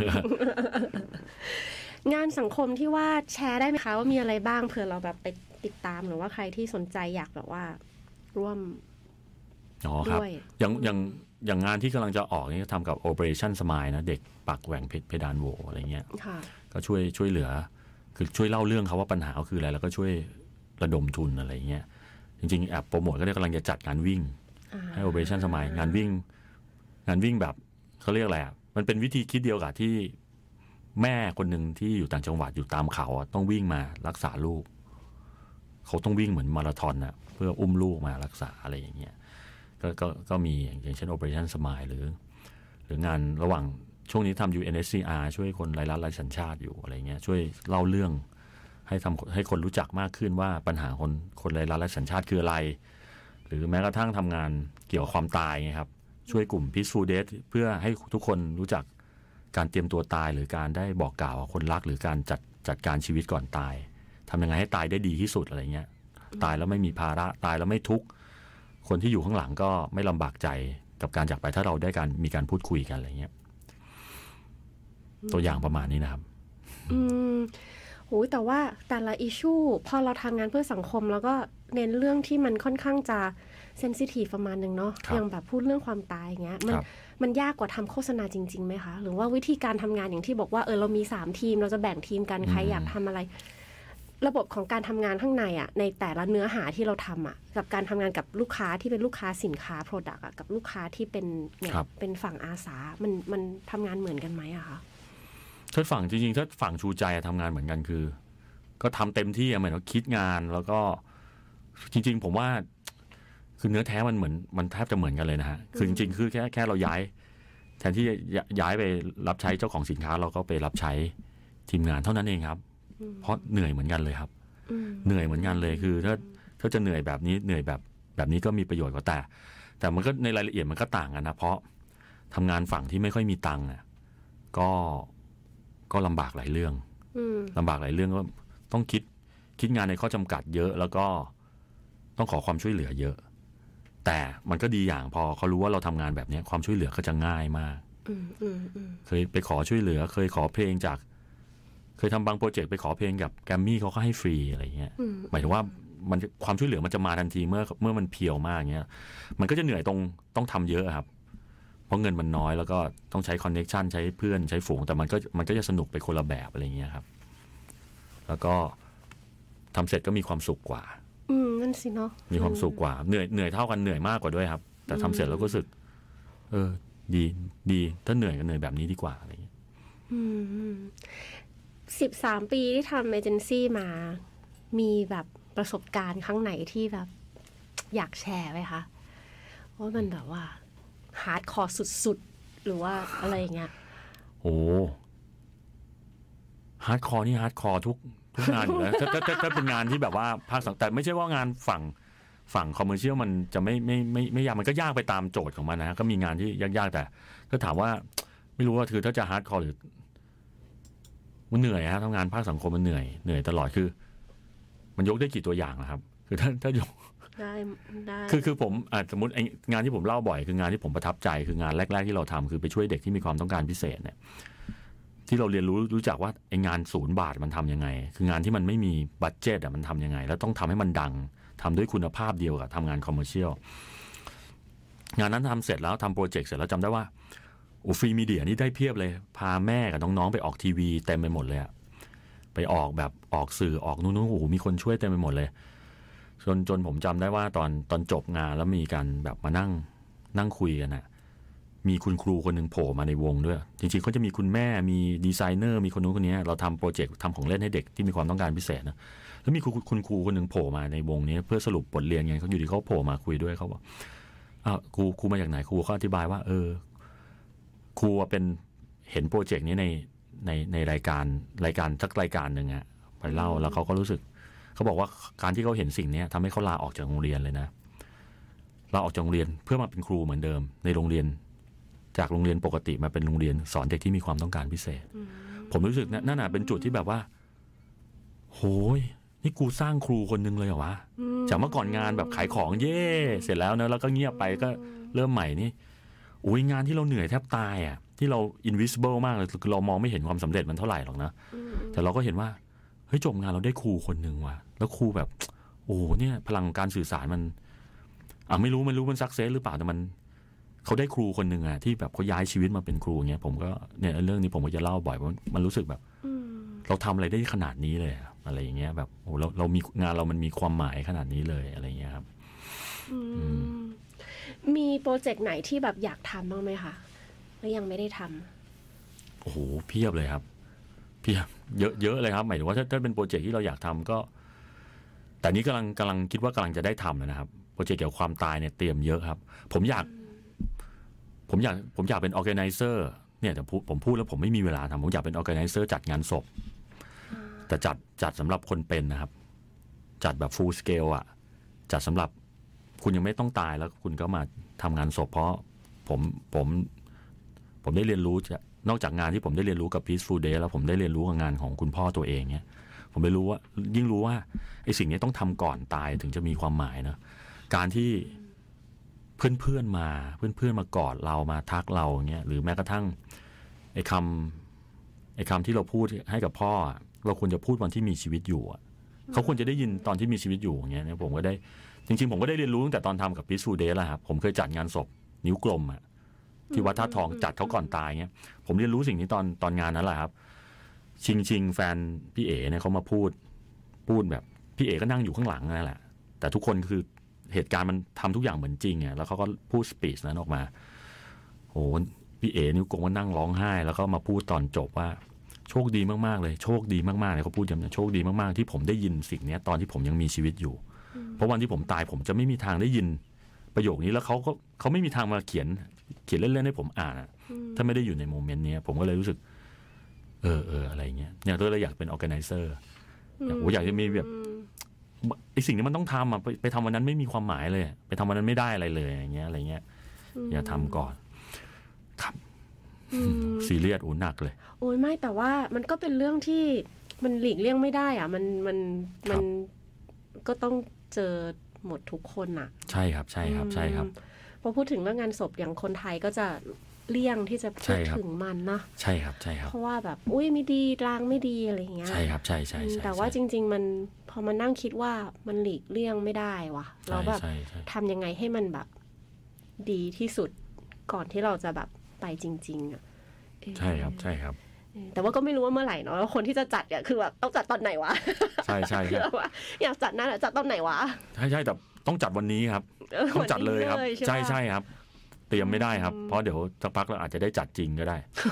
งานสังคมที่ว่าแชร์ได้ไหมคะว่ามีอะไรบ้างเผื่อเราแบบไปติดตามหรือว่าใครที่สนใจอยากแบบว่าร่วมอ๋อครับอย่างอย่างอย่างงานที่กำลังจะออกนี่ทำกับ Operation Smile นะเด็กปากแหว่งเพดานโหวอะไรเงี้ยก็ช่วยช่วยเหลือคือช่วยเล่าเรื่องเขาว่าปัญหาคืออะไรแล้วก็ช่วยระดมทุนอะไรเงี้ยจริงๆแอบโปรโมทก็ได้กำลังจะจัดงานวิ่งให้ Operation Smile งานวิ่งงานวิ่งแบบเขาเรียกอะไรอ่ะมันเป็นวิธีคิดเดียวกับที่แม่คนหนึ่งที่อยู่ต่างจังหวัดอยู่ตามเขาต้องวิ่งมารักษาลูกเขาต้องวิ่งเหมือนมาราธอนนะเพื่ออุ้มลูกมารักษาอะไรอย่างเงี้ยก็ก็ก็มีอย่างเช่น Operation Smile หรือหรืองานระหว่างช่วงนี้ทำ ยู เอ็น เอส ซี อาร์ ช่วยคนไร้รัฐไร้สัญชาติอยู่อะไรเงี้ยช่วยเล่าเรื่องให้ทำให้คนรู้จักมากขึ้นว่าปัญหาคนคนไร้รัฐไร้สัญชาติคืออะไรหรือแม้กระทั่งทำงานเกี่ยวกับความตายไงครับช่วยกลุ่ม Peaceful Death เพื่อให้ทุกคนรู้จักการเตรียมตัวตายหรือการได้บอกกล่าวคนรักหรือการจัดจัดการชีวิตก่อนตายทำยังไงให้ตายได้ดีที่สุดอะไรเงี้ยตายแล้วไม่มีภาระตายแล้วไม่ทุกข์คนที่อยู่ข้างหลังก็ไม่ลำบากใจกับการจากไปถ้าเราได้การมีการพูดคุยกันอะไรเงี้ยตัวอย่างประมาณนี้นะครับอืมโหแต่ว่าแต่ละอิชชูพอเราทำงานเพื่อสังคมแล้วก็เน้นเรื่องที่มันค่อนข้างจะเซนซิทีฟประมาณนึงเนาะอย่างแบบพูดเรื่องความตายอย่างเงี้ยมันมันยากกว่าทำโฆษณาจริงๆไหมคะหรือว่าวิธีการทำงานอย่างที่บอกว่าเออเรามีสามทีมเราจะแบ่งทีมกันใครอยากทำอะไรระบบของการทำงานข้างในอ่ะในแต่ละเนื้อหาที่เราทำอ่ะกับการทำงานกับลูกค้าที่เป็นลูกค้าสินค้า product อ่ะกับลูกค้าที่เป็นเนี่ยเป็นฝั่งอาสามันมันทำงานเหมือนกันไหมอะคะถ้าฝั่งจริงๆถ้าฝั่งชูใจทำงานเหมือนกันคือก็ทำเต็มที่เหมือนว่าคิดงานแล้วก็จริงๆผมว่าคือเนื้อแท้มันเหมือนมันแทบจะเหมือนกันเลยนะฮะคือจริงๆคือแค่แค่เราย้ายแทนที่จะย้ายไปรับใช้เจ้าของสินค้าเราก็ไปรับใช้ทีมงานเท่านั้นเองครับเพราะเหนื่อยเหมือนกันเลยครับเหนื่อยเหมือนกันเลยคือถ้าถ้าจะเหนื่อยแบบนี้เหนื่อยแบบแบบนี้ก็มีประโยชน์กว่าแต่แต่มันก็ในรายละเอียดมันก็ต่างกันนะเพราะทำงานฝั่งที่ไม่ค่อยมีตังค์อ่ะก็ก็ลำบากหลายเรื่องลำบากหลายเรื่องก็ต้องคิดคิดงานในข้อจำกัดเยอะแล้วก็ต้องขอความช่วยเหลือเยอะแต่มันก็ดีอย่างพอเขารู้ว่าเราทำงานแบบนี้ความช่วยเหลือก็จะง่ายมากอืมอืมอืมเคยไปขอช่วยเหลือเคยขอเพลงจากเคยทำบางโปรเจกต์ไปขอเพลงกับแกรมมี่เขาก็ให้ฟรีอะไรเงี้ยหมายถึงว่ามันความช่วยเหลือมันจะมาทันทีเมื่อเมื่อมันเพียวมากเงี้ยมันก็จะเหนื่อยตรงต้องทำเยอะครับเพราะเงินมันน้อยแล้วก็ต้องใช้คอนเนคชันใช้เพื่อนใช้ฝูงแต่มันก็มันก็จะสนุกไปคนละแบบอะไรเงี้ยครับแล้วก็ทำเสร็จก็มีความสุขกว่าอืมนั่นสิเนาะมีความสุขกว่าเหนื่อยเหนื่อยเท่ากันเหนื่อยมากกว่าด้วยครับแต่ทำเสร็จแล้วก็รู้สึกเออดีดีถ้าเหนื่อยก็เหนื่อยแบบนี้ดีกว่าอะไรอย่างเงี้ยสิบสามปีที่ทำเอเจนซี่มามีแบบประสบการณ์ครั้งไหนที่แบบอยากแชร์ไหมคะว่ามันแบบว่าฮาร์ดคอร์สุดๆหรือว่าอะไรอย่างเงี้ยโอ้ฮาร์ดคอร์นี่ฮาร์ดคอร์ทุกทุกงานอยู่แล้วถ้าถ้าถ้าเป็นงานที่แบบว่าภาคสังแต่ไม่ใช่ว่างานฝั่งฝั่งคอมเมอร์เชียลมันจะไม่ไม่ไม่ไม่ยากมันก็ยากไปตามโจทย์ของมันนะก็มีงานที่ยากๆแต่ก็ถามว่าไม่รู้ว่าคือถ้าจะฮาร์ดคอร์หรือมันเหนื่อยฮะทำงานภาคสังคมมันเหนื่อยเหนื่อยตลอดคือมันยกได้กี่ตัวอย่างนะครับคือถ้าถ้ายกได้ได้คือคือผมอ่าสมมติงานที่ผมเล่าบ่อยคืองานที่ผมประทับใจคืองานแรกๆที่เราทำคือไปช่วยเด็กที่มีความต้องการพิเศษเนี่ยที่เราเรียนรู้รู้จักว่าไอ้งานศูนย์บาทมันทำยังไงคืองานที่มันไม่มีบัดเจ็ตอ่ะมันทำยังไงแล้วต้องทำให้มันดังทำด้วยคุณภาพเดียวกับทำงานคอมเมอร์เชียลงานนั้นทำเสร็จแล้วทำโปรเจกต์เสร็จแล้วจำได้ว่าโอ้ฟรีมีเดียนี่ได้เพียบเลยพาแม่กับน้องๆไปออกทีวีเต็มไปหมดเลยอะไปออกแบบออกสื่อออกนู้นๆโอ้โหมีคนช่วยเต็มไปหมดเลยจนจนผมจำได้ว่าตอนตอนจบงานแล้วมีการแบบมานั่งนั่งคุยกันนะมีคุณครูคนหนึ่งโผล่มาในวงด้วยจริงๆเขาจะมีคุณแม่มีดีไซเนอร์มีคนนู้นคนนี้เราทำโปรเจกต์ทำของเล่นให้เด็กที่มีความต้องการพิเศษนะแล้วมีคุณคุณครูคนหนึ่งโผล่มาในวงนี้เพื่อสรุปบทเรียนไงเขาอยู่ดีเขาโผล่มาคุยด้วยเขาบอกอ้าวครูครูมาจากไหนครูเขาอธิบายว่าเออครูเป็นเห็นโปรเจกต์นี้ในในในรายการรายการสักรายการหนึ่งอะไปเล่าแล้วเขาก็รู้สึกเขาบอกว่าการที่เขาเห็นสิ่งนี้ทำให้เขาลาออกจากโรงเรียนเลยนะลาออกจากโรงเรียนเพื่อมาเป็นครูเหมือนเดิมในโรงเรียนจากโรงเรียนปกติมาเป็นโรงเรียนสอนเด็กที่มีความต้องการพิเศษผมรู้สึกนั่นน่ะเป็นจุดที่แบบว่าโหยนี่กูสร้างครูคนนึงเลยเหรอวะจากเมื่อก่อนงานแบบขายของเย่เสร็จแล้วนะแล้วก็เงียบไปก็เริ่มใหม่นี่อุ้ยงานที่เราเหนื่อยแทบตายอ่ะที่เรา invisible มากเลยคือเรามองไม่เห็นความสำเร็จมันเท่าไหร่หรอกนะแต่เราก็เห็นว่าเฮ้ยจบงานเราได้ครูคนหนึ่งว่ะแล้วครูแบบโอ้เนี่ยพลังการสื่อสารมันอ่ะไม่รู้ไม่รู้มันซักเซสหรือเปล่าแต่มันเขาได้ครูคนหนึ่งอ่ะที่แบบเขาย้ายชีวิตมาเป็นครูเงี้ยผมก็เนี่ยเรื่องนี้ผมก็จะเล่าบ่อยเพราะมันรู้สึกแบบเราทำอะไรได้ขนาดนี้เลยอะไรอย่างเงี้ยแบบโอ้เราเรามีงานเรามันมีความหมายขนาดนี้เลยอะไรเงี้ยครับมีโปรเจกต์ไหนที่แบบอยากทำบ้างไหมคะแล้วยังไม่ได้ทำโอ้โหเพียบเลยครับเพียบเยอะเยอะเลยครับหมายถึงว่าถ้าถ้าเป็นโปรเจกต์ที่เราอยากทำก็แต่นี้กำลังกำลังคิดว่ากำลังจะได้ทำนะครับโปรเจกต์เกี่ยวกับความตายเนี่ยเตรียมเยอะครับผมอยากผมอยากผมอยากเป็น organizer เนี่ยแต่ผมพูดแล้วผมไม่มีเวลาทำผมอยากเป็น organizer จัดงานศพแต่จัดจัดสำหรับคนเป็นนะครับจัดแบบ full scale อ่ะจัดสำหรับคุณยังไม่ต้องตายแล้วคุณก็มาทำงานศพเพราะผมผมผมได้เรียนรู้นอกจากงานที่ผมได้เรียนรู้กับ Peaceful Day แล้วผมได้เรียนรู้กับงานของคุณพ่อตัวเองเนี่ยผมได้รู้ว่ายิ่งรู้ว่าไอ้สิ่งนี้ต้องทำก่อนตายถึงจะมีความหมายนะการที่เพื่อนเพื่อนมาเพื่อนเพื่อนมากอดเรามาทักเราเงี้ยหรือแม้กระทั่งไอ้คำไอ้คำที่เราพูดให้กับพ่อเราควรจะพูดวันที่มีชีวิตอยู่เขาควรจะได้ยินตอนที่มีชีวิตอยู่อย่างเงี้ยผมก็ได้จริงๆผมก็ได้เรียนรู้ตั้งแต่ตอนทำกับ Peaceful Day แล้วครับผมเคยจัดงานศพนิ้วกลมอะที่วัดท่าทองจัดเขาก่อนตายเงี้ยผมเรียนรู้สิ่งนี้ตอนตอนงานนั้นแหละครับชิงชิงแฟนพี่เอ๋เนี่ยเขามาพูดพูดแบบพี่เอ๋ก็นั่งอยู่ข้างหลังนั่นแหละแต่ทุกคนคือเหตุการณ์มันทำทุกอย่างเหมือนจริงอ่ะแล้วเขาก็พูดสปีชนั้นออกมาโหพี่เอ๋นิ้วกลมก็นั่งร้องไห้แล้วก็มาพูดตอนจบว่าโชคดีมากๆเลยโชคดีมากๆเลยเขาพูดอย่างนี้โชคดีมากๆที่ผมได้ยินสิ่งนี้ตอนที่ผมยังมีชีวิตอยู่เพราะวันที่ผมตายผมจะไม่มีทางได้ยินประโยคนี้แล้วเขาก็เขาไม่มีทางมาเขียนเขียนเล่นๆให้ผมอ่านถ้าไม่ได้อยู่ในโมเมนต์นี้ผมก็เลยรู้สึกเออเอออะไรเงี้ยอย่างตัวเราอยากเป็น organizer อยากโอ้อยากจะมีแบบไอสิ่งนี้มันต้องทำอ่ะไปไปทำวันนั้นไม่มีความหมายเลยไปทำวันนั้นไม่ได้อะไรเลยอย่างเงี้ยอะไรเงี้ยอย่าทำก่อนครับซีเรียสโอ้หนักเลยโอ้ยไม่แต่ว่ามันก็เป็นเรื่องที่มันหลีกเลี่ยงไม่ได้อ่ะมันมันมันก็ต้องเจอหมดทุกคนอ่ะใช่ครับใช่ครับใช่ครับพอพูดถึงเรื่องงานศพอย่างคนไทยก็จะเลี่ยงที่จะพูดถึงมันเนาะใช่ครับใช่ครับเพราะว่าแบบอุ้ยไม่ดีล้างไม่ดีอะไรอย่างเงี้ยใช่ครับใช่ใช่แต่ว่าจริงๆมันพอมานั่งคิดว่ามันหลีกเลี่ยงไม่ได้ว่ะแล้วแบบทำยังไงให้มันแบบดีที่สุดก่อนที่เราจะแบบไปจริงๆอ่ะใช่ครับใช่ครับแต่ว่าก็ไม่รู้ว่าเมื่อไหร่เนาะแล้วคนที่จะจัดเนี่ยคือแบบต้องจัดตอนไหนวะใช่ใช่ครับอยากจัดนั่นแหละจัดตอนไหนวะใช่ใช่แต่ต้องจัดวันนี้ครับต้องจัดเลยครับใช่ใช่ครับเตรียมไม่ได้ครับเพราะเดี๋ยวสักพักเราอาจจะได้จัดจริงก็ได้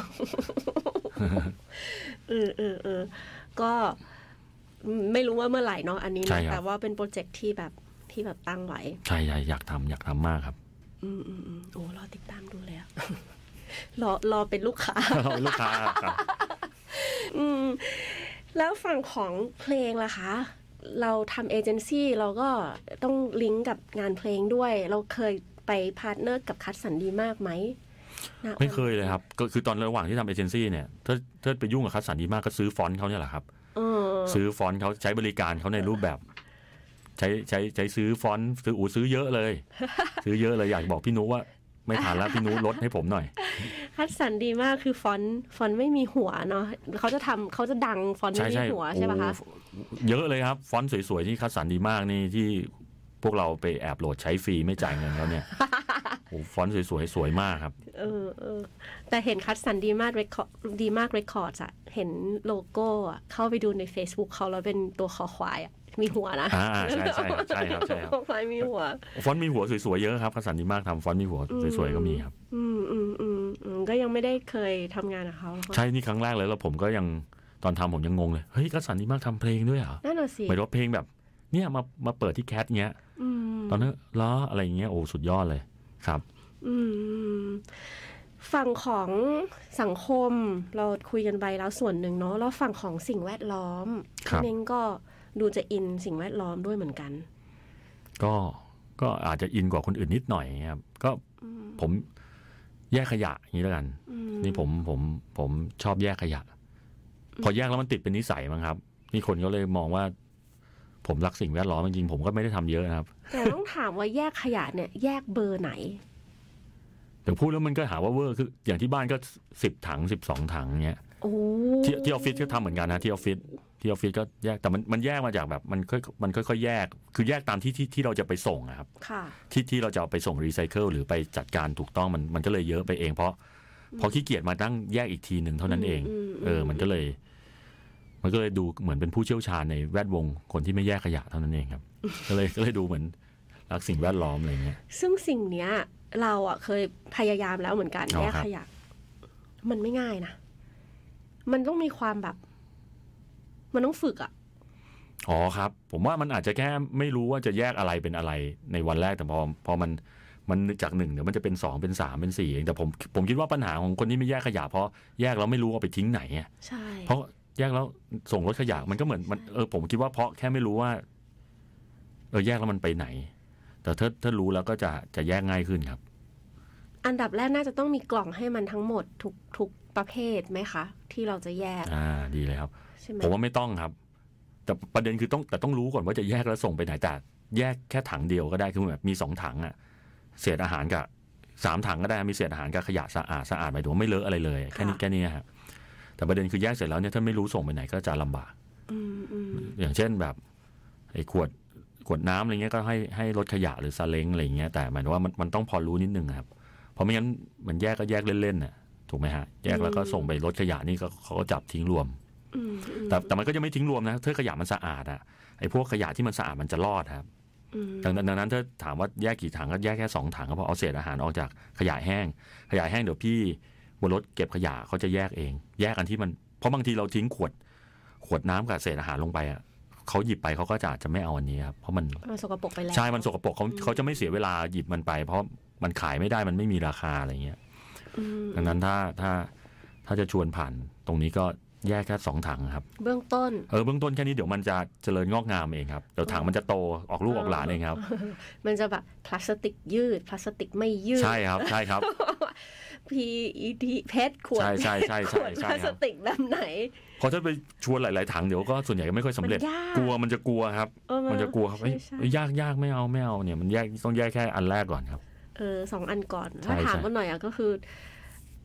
เออเออเออก็ไม่รู้ว่าเมื่อไหร่เนาะอันนี้นะแต่ว่าเป็นโปรเจกต์ที่แบบที่แบบตั้งไว้ใช่ใช่อยากทำอยากทำมากครับอืมอืมอืมโอ้รอติดตามดูเลยอะรอรอเป็นลูกค้าเป็นลูกค้าครับอืมแล้วฝั่งของเพลงล่ะคะเราทำเอเจนซี่เราก็ต้องลิงก์กับงานเพลงด้วยเราเคยไปพาร์ทเนอร์กับคัทสันดีมากไหมไม่เคยเลยครับก็คือตอนระหว่างที่ทำเอเจนซี่เนี่ยถ้าถ้าไปยุ่งกับคัทสันดีมากก็ซื้อฟอนต์เขาเนี่ยแหละครับซื้อฟอนต์เขาใช้บริการเขาในรูปแบบใช้ใช้ใช้ซื้อฟอนต์ซื้ออูซื้อเยอะเลยซื้อเยอะเลยอยากบอกพี่นุว่าไม่ทันแล้วพี่นุลดให้ผมหน่อยคัทสันดีมากคือฟอนต์ฟอนต์ไม่มีหัวเนาะเขาจะทำเขาจะดังฟอนต์ไม่มีหัวใช่ไหมคะเยอะเลยครับฟอนต์สวยๆที่คัทสันดีมากนี่ที่พวกเราไปแอบโหลดใช้ฟรีไม่จ่ายเงินแล้วเนี่ยโอ้ฟอนต์สวยๆสวยมากครับเออเออแต่เห็นคัทสันดีมากเรคคอร์ดดีมากเรคคอร์ดอะเห็นโลโก้อะเข้าไปดูใน Facebook เขาแล้วเป็นตัวคอควายอะมีหัวนะอ่าใช่ใช่ครับใช่ครับใช่ครับควายมีหัวฟอนต์มีหัวสวยๆเยอะครับคัทสันดีมากทำฟอนต์มีหัวสวยๆก็มีครับอืมอืมอืมอืมก็ยังไม่ได้เคยทำงานกับเขาใช่นี่ครั้งแรกเลยแล้วผมก็ยังตอนทำผมยังงงเลยเฮ้ยคัทสันดีมากทำเพลงด้วยเหรอนั่นน่ะสิหมายถึงเพลงแบบเนี่ยมามาเปิดที่แคทเงี้ยตอนนั้นล้ออะไรเงี้ยโอ้สุดยอดเลยครับอืมฝั่งของสังคมเราคุยกันไปแล้วส่วนหนึ่งเนาะแล้วฝั่งของสิ่งแวดล้อมพี่เม้งก็ดูจะอินสิ่งแวดล้อมด้วยเหมือนกันก็ก็อาจจะอินกว่าคนอื่นนิดหน่อยครับก็ผมแยกขยะอย่างนี้แล้วกันนี่ผมผมผมชอบแยกขยะพอแยกแล้วมันติดเป็นนิสัยมั้งครับนี่คนก็เลยมองว่าผมรักสิ่งแวดล้อมจริงๆผมก็ไม่ได้ทำเยอะนะครับแต่ต้องถามว่าแยกขยะเนี่ยแยกเบอร์ไหนเดี๋ยวพูดแล้วมันก็หาว่าเวอร์คืออย่างที่บ้านก็สิบถังสิบสองถังเงี้ยที่ที่ออฟฟิศก็ทำเหมือนกันนะที่ออฟฟิศที่ออฟฟิศก็แยกแต่มันมันแยกมาจากแบบมันค่อยมันค่อยๆแยกคือแยกตามที่ที่ที่เราจะไปส่งนะครับที่ที่เราจะเอาไปส่งรีไซเคิลหรือไปจัดการถูกต้องมันมันก็เลยเยอะไปเองเพราะเพราะขี้เกียจมาตั้งแยกอีกทีหนึ่งเท่านั้นเองเออมันก็เลยมันก็เลยดูเหมือนเป็นผู้เชี่ยวชาญในแวดวงคนที่ไม่แยกขยะเท่านั้นเองครับก็เลยก็เลยดูเหมือนรักสิ่งแวดล้อมอะไรเงี้ยซึ่งสิ่งเนี้ยเราอ่ะเคยพยายามแล้วเหมือนกันแยกขยะมันไม่ง่ายนะมันต้องมีความแบบมันต้องฝึกอ่ะอ๋อครับผมว่ามันอาจจะแค่ไม่รู้ว่าจะแยกอะไรเป็นอะไรในวันแรกแต่พอพอมันมันจากหนึ่งเดี๋ยวมันจะเป็นสองเป็นสามเป็นสี่เองแต่ผมผมคิดว่าปัญหาของคนที่ไม่แยกขยะเพราะแยกแล้วไม่รู้เอาไปทิ้งไหนอ่ะใช่เพราะแยกแล้วส่งรถขยะมันก็เหมือนมันเออผมคิดว่าเพราะแค่ไม่รู้ว่าเออแยกแล้วมันไปไหนแต่ถ้าถ้ารู้แล้วก็จะจะแยกง่ายขึ้นครับอันดับแรกน่าจะต้องมีกล่องให้มันทั้งหมดทุกทุกประเภทไหมคะที่เราจะแยกอ่าดีเลยครับผมว่าไม่ต้องครับแต่ประเด็นคือต้องแต่ต้องรู้ก่อนว่าจะแยกแล้วส่งไปไหนแต่แยกแค่ถังเดียวก็ได้คือแบบมีสองถังอ่ะเศษอาหารกับสามถังก็ได้มีเศษอาหารกับขยะสะอาดสะอาดหมายถึงว่าไม่เลอะอะไรเลยแค่นี้แค่นี้ครับแต่ประเด็นคือแยกเสร็จแล้วเนี่ยถ้าไม่รู้ส่งไปไหนก็จะลำบากอย่างเช่นแบบไอ้ขวดขวดน้ำอะไรเงี้ยก็ให้ให้รถขยะหรือซาเล้งอะไรเงี้ยแต่หมายถึงว่ามันมันต้องพอรู้นิดนึงครับเพราะไม่งั้นมันแยกก็แยกเล่นๆน่ะถูกไหมฮะแยกแล้วก็ส่งไปรถขยะนี่ก็เขาก็จับทิ้งรวมแต่แต่มันก็จะไม่ทิ้งรวมนะถ้าขยะมันสะอาดอะไอ้พวกขยะที่มันสะอาดมันจะรอดครับดังนั้นถ้าถามว่าแยกกี่ถังก็แยกแค่สองถังก็พอเอาเศษอาหารออกจากขยะแห้งขยะแห้งเดี๋ยวพี่บนรถเก็บขยะเขาจะแยกเองแยกกันที่มันเพราะบางทีเราทิ้งขวดขวดน้ำกับเศษอาหารลงไปอะเขาหยิบไปเขาก็จะจะไม่เอาอันนี้ครับเพราะมันมันสกปรกไปแล้วใช่มันสกปรกเขาเขาจะไม่เสียเวลาหยิบมันไปเพราะมันขายไม่ได้มันไม่มีราคาอะไรเงี้ยดังนั้นถ้าถ้าถ้าจะชวนผ่านตรงนี้ก็แยกแค่สองถังครับเบื้องต้นเออเบื้องต้นแค่นี้เดี๋ยวมันจะเจริญงอกงามเองครับเดี๋ยวถังมันจะโตออกลูกออกหลานเองครับมันจะแบบพลาสติกยืดพลาสติกไม่ยืดใช่ครับใช่ครับพี อี ที เพชรขวดใช่ใช่ใช่ใช่พลาสติกแบบไหนพอถ้าไปชวนหลายๆถังเดี๋ยวก็ส่วนใหญ่ก็ไม่ค่อยสำเร็จกลัวมันจะกลัวครับมันจะกลัวครับยากยากไม่เอาไม่เอาเนี่ยมันแยกต้องแยกแค่อันแรกก่อนครับเออสองอันก่อนถ้าถามกันหน่อยอ่ะก็คือ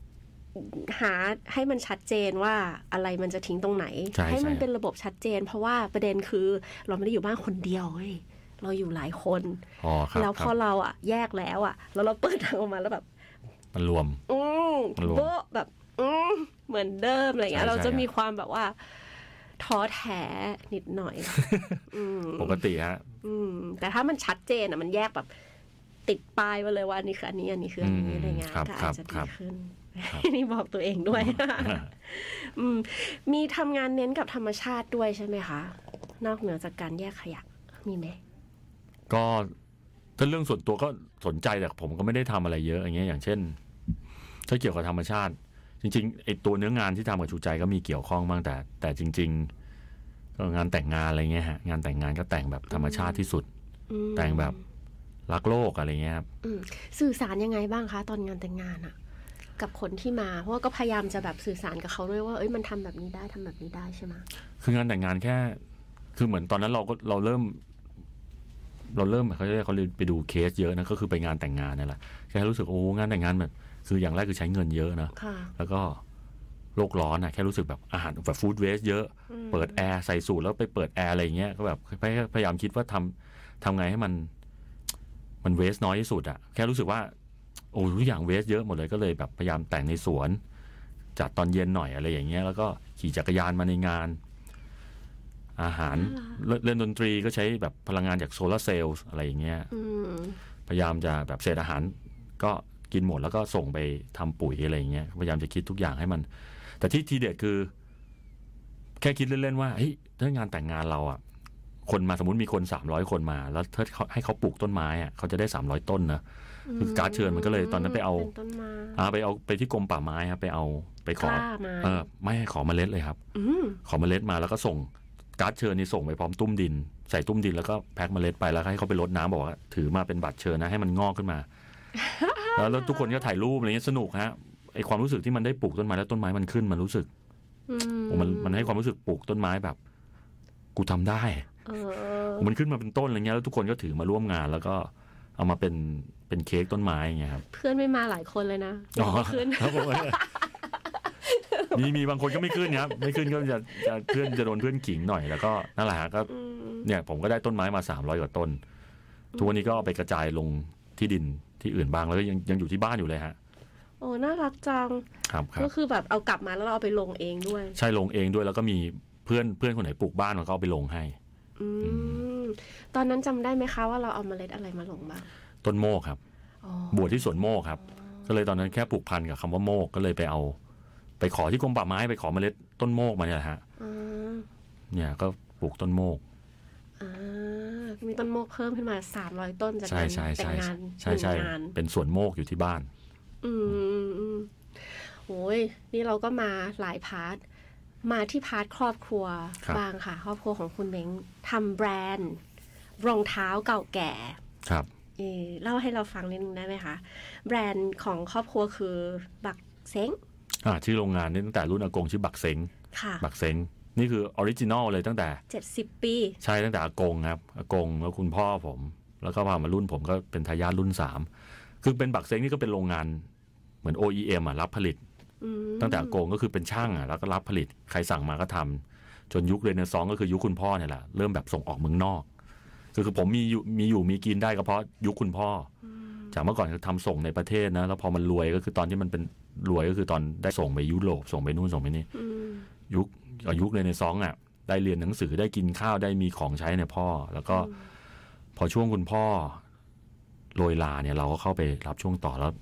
หาให้มันชัดเจนว่าอะไรมันจะทิ้งตรงไหนใช่ให้มันใช่เป็นระบบชัดเจน เพราะว่าประเด็นคือเราไม่ได้อยู่บ้านคนเดียวเว้ยเราอยู่หลายคนอ๋อครับแล้วพครัอบ เราอะแยกแล้วอะแล้วเราเปิดทางออกมาแล้วแบบมันรวมอืมมันรวมโบ๊ะแบบอืมเหมือนเดิมอะไรเงี้ยใช่เราจะใช่มีความแบบว่าท้อแท้นิดหน่อย อืมปกติฮะอืมแต่ถ้ามันชัดเจนอะมันแยกแบบติดป้ายมาเลยว่าอันนี้คืออันนี้อันนี้คืออันนี้อะไรเงี้ยครับก็ครัอาจบจะครัดีบขึ้น นี่บอกตัวเองด้วย อืมมีทำงานเน้นกับธรรมชาติด้วยใช่ไหมคะนอกเหนือจากการแยกขยะมีไหมก็ถ้าเรื่องส่วนตัวก็สนใจแต่ผมก็ไม่ได้ทำอะไรเยอะอย่างเงี้ยอย่างเช่น ถ้าเกี่ยวกับธรรมชาติ จริงๆไอ้ตัวเนื้องานที่ทำกับชูใจก็มีเกี่ยวข้องบ้างแต่แต่จริงๆก็งานแต่งงานอะไรเงี้ยฮะงานแต่งงานก็แต่งแบบธรรมชาติที่สุดอืมแต่งแบบรักโลกอะไรเงี้ยครับอืมสื่อสารยังไงบ้างคะตอนงานแต่งงานอะกับคนที่มาเพราะว่าก็พยายามจะแบบสื่อสารกับเขาด้วยว่าเอ้ยมันทำแบบนี้ได้ทำแบบนี้ได้ใช่ไหมคืองานแต่งงานแค่ คือเหมือนตอนนั้นเราก็เราเริ่ม เราเริ่มเขาเรียกเขาเรียกไปดูเคสเยอะนะก็คือไปงานแต่งงานนี่แหละแค่รู้สึกโอ้งานแต่งงานแบบคืออย่างแรกคือใช้เงินเยอะนะค่ะแล้วก็โลกร้อนนะแค่รู้สึกแบบอาหารแบบฟู้ดเวสเยอะอืมเปิดแอร์ใส่สูทแล้วไปเปิดแอร์อะไรอย่างเงี้ยก็แบบพยพยายามคิดว่าทำทำไงให้มันมันเวสน้อยที่สุดอะแค่รู้สึกว่าโอ้ทุกอย่างเวสเยอะหมดเลยก็เลยแบบพยายามแต่งในสวนจัดตอนเย็นหน่อยอะไรอย่างเงี้ยแล้วก็ขี่จักรยานมาในงาน อาหารเล่นดนตรีก็ใช้แบบพลังงานจากโซลาร์เซลล์อะไรอย่างเงี้ยอืมพยายามจะแบบเศษอาหารก็กินหมดแล้วก็ส่งไปทำปุ๋ยอะไรอย่างเงี้ยพยายามจะคิดทุกอย่างให้มัน แต่ที่ทีเด็ดคือ แค่คิดเล่นๆว่าเฮ้ยถ้างานแต่งงานเราอ่ะคนมาสมมติมีคนสามร้อยคนมา แล้วถ้าเขาให้เขาปลูกต้นไม้อ่ะเขาจะได้สามร้อยต้นนะคือการ์ดเชิญมันก็เลยตอนนั้นไปเอาเป็นต้นไม้อ่าไปเอาไปที่กรมป่าไม้ครับไปเอาไปขกอล้ามาเออไม่ให้ขอเมล็ดเลยครับอืมขอเมล็ดมาแล้วก็ส่งการ์ดเชิญนี่ส่งไปพร้อมตุ้มดิน ใส่ตุ้มดินแล้วก็แพ็คเมล็ดไปแล้วให้เขาไปรดน้ำบอกว่าถือมาเป็นบัตรเชิญนะให้มันงอกขึ้นมา แล้วแล้วทุกคนก็ถ่ายรูปอะไรเงี้ยสนุกฮะไอความรู้สึกที่มันได้ปลูกต้นไม้แล้วต้นไม้มันขึ้นมันรู้สึกอืมโอ้มันมันให้ความรู้สึกปลูกต้นไม้แบบ กูทำได้เออมันขึ้นมาเป็นต้นอะไรเงี้ยแล้วทุกคนก็ถือมาร่วมงาน แล้วก็เอามาเป็นเป็นเค้กต้นไม้อย่างเงี้ยครับเพื่อนไม่มาหลายคนเลยนะอ๋อขึ้นครับผมมีมีบางคนก็ไม่ขึ้นครับไม่ขึ้นก็จะจะเพื่อนจะโดนเพื่อนขิงหน่อยแล้วก็นั่นแหละฮะก็อืมเนี่ยผมก็ได้ต้นไม้มาสามร้อยกว่าต้น ทุกวันนี้ก็เอาไปกระจายลงที่ดินที่อื่นบ้างแล้วก็ยังยังอยู่ที่บ้านอยู่เลยฮะโอ้น่ารักจังครับครัก็บคือแบบเอากลับมาแล้วเราเอาไปลงเองด้วยใช่ลงเองด้วยแล้วก็มีเพื่อนเพื่อนคนไหนปลูกบ้านมันก็เอาไปลงให้อืมตอนนั้นจำได้ไหมคะว่าเราเอาเมล็ดอะไรมาลงบ้างต้นโมกครับอ๋อบวชที่สวนโมกครับ ก็เลยตอนนั้นแค่ผูกพันกับคำว่าโมกก็เลยไปเอา ไปขอที่กรมป่าไม้ไปขอเมล็ดต้นโมกมาเนี่ยแหละฮะอ่าเนี่ยก็ปลูกต้นโมกอ่ามีต้นโมกเพิ่มขึ้นมาสามร้อยต้นจากใช่การใช่แต่ใช่งงานใช่ใช่หนึ่งงานเป็นสวนโมกอยู่ที่บ้านอืมอืมอืมโอ้ยนี่เราก็มาหลายพาร์ทมาที่พาร์ทครอบครัวครับบ้างค่ะ ครอบครัวของคุณเม้งทำแบรนด์ รองเท้าเก่าแก่ครับเออเล่าให้เราฟังนิดนึงได้ไหมคะ แบรนด์ของครอบครัวคือบักเซ้งอ่าชื่อโรงงานนี่ตั้งแต่รุ่นอากงชื่อบักเซ็งค่ะบักเซ็งนี่คือออริจินอลเลยตั้งแต่เจ็ดสิบปีใช่ตั้งแต่อากงครับอากงแล้วคุณพ่อผม แล้วก็พามารุ่นผมก็เป็นทายาทรุ่นสามคือเป็นบักเซ็งนี่ก็เป็นโรงงานเหมือน โอ อี เอ็ม อ่ะรับผลิตอืมตั้งแต่อากงก็คือเป็นช่างอ่ะแล้วก็รับผลิตใครสั่งมาก็ทำจนยุคเรเนซองส์ก็คือยุคคุณพ่อเนี่ยแหละเริ่มแบบส่งออกเมืองนอกคือคือผมมีอยู่มีอยู่มีกินได้ก็เพราะยุคคุณพ่ออจากเมื่อก่อนคือทำส่งในประเทศนะแล้วพอมันรวยก็คือตอนที่มันเป็นรวยก็คือตอนได้ส่งไปยุโรปส่งไปนู่นส่งไปนี่อืมยุคยุคเรเนซองส์อ่ะได้เรียนหนังสือได้กินข้าวได้มีของใช้เนี่ยพ่อ แล้วก็พอช่วงคุณพ่อโรยลาเนี่ยเราก็เข้าไปรับช่วงต่อแล้ว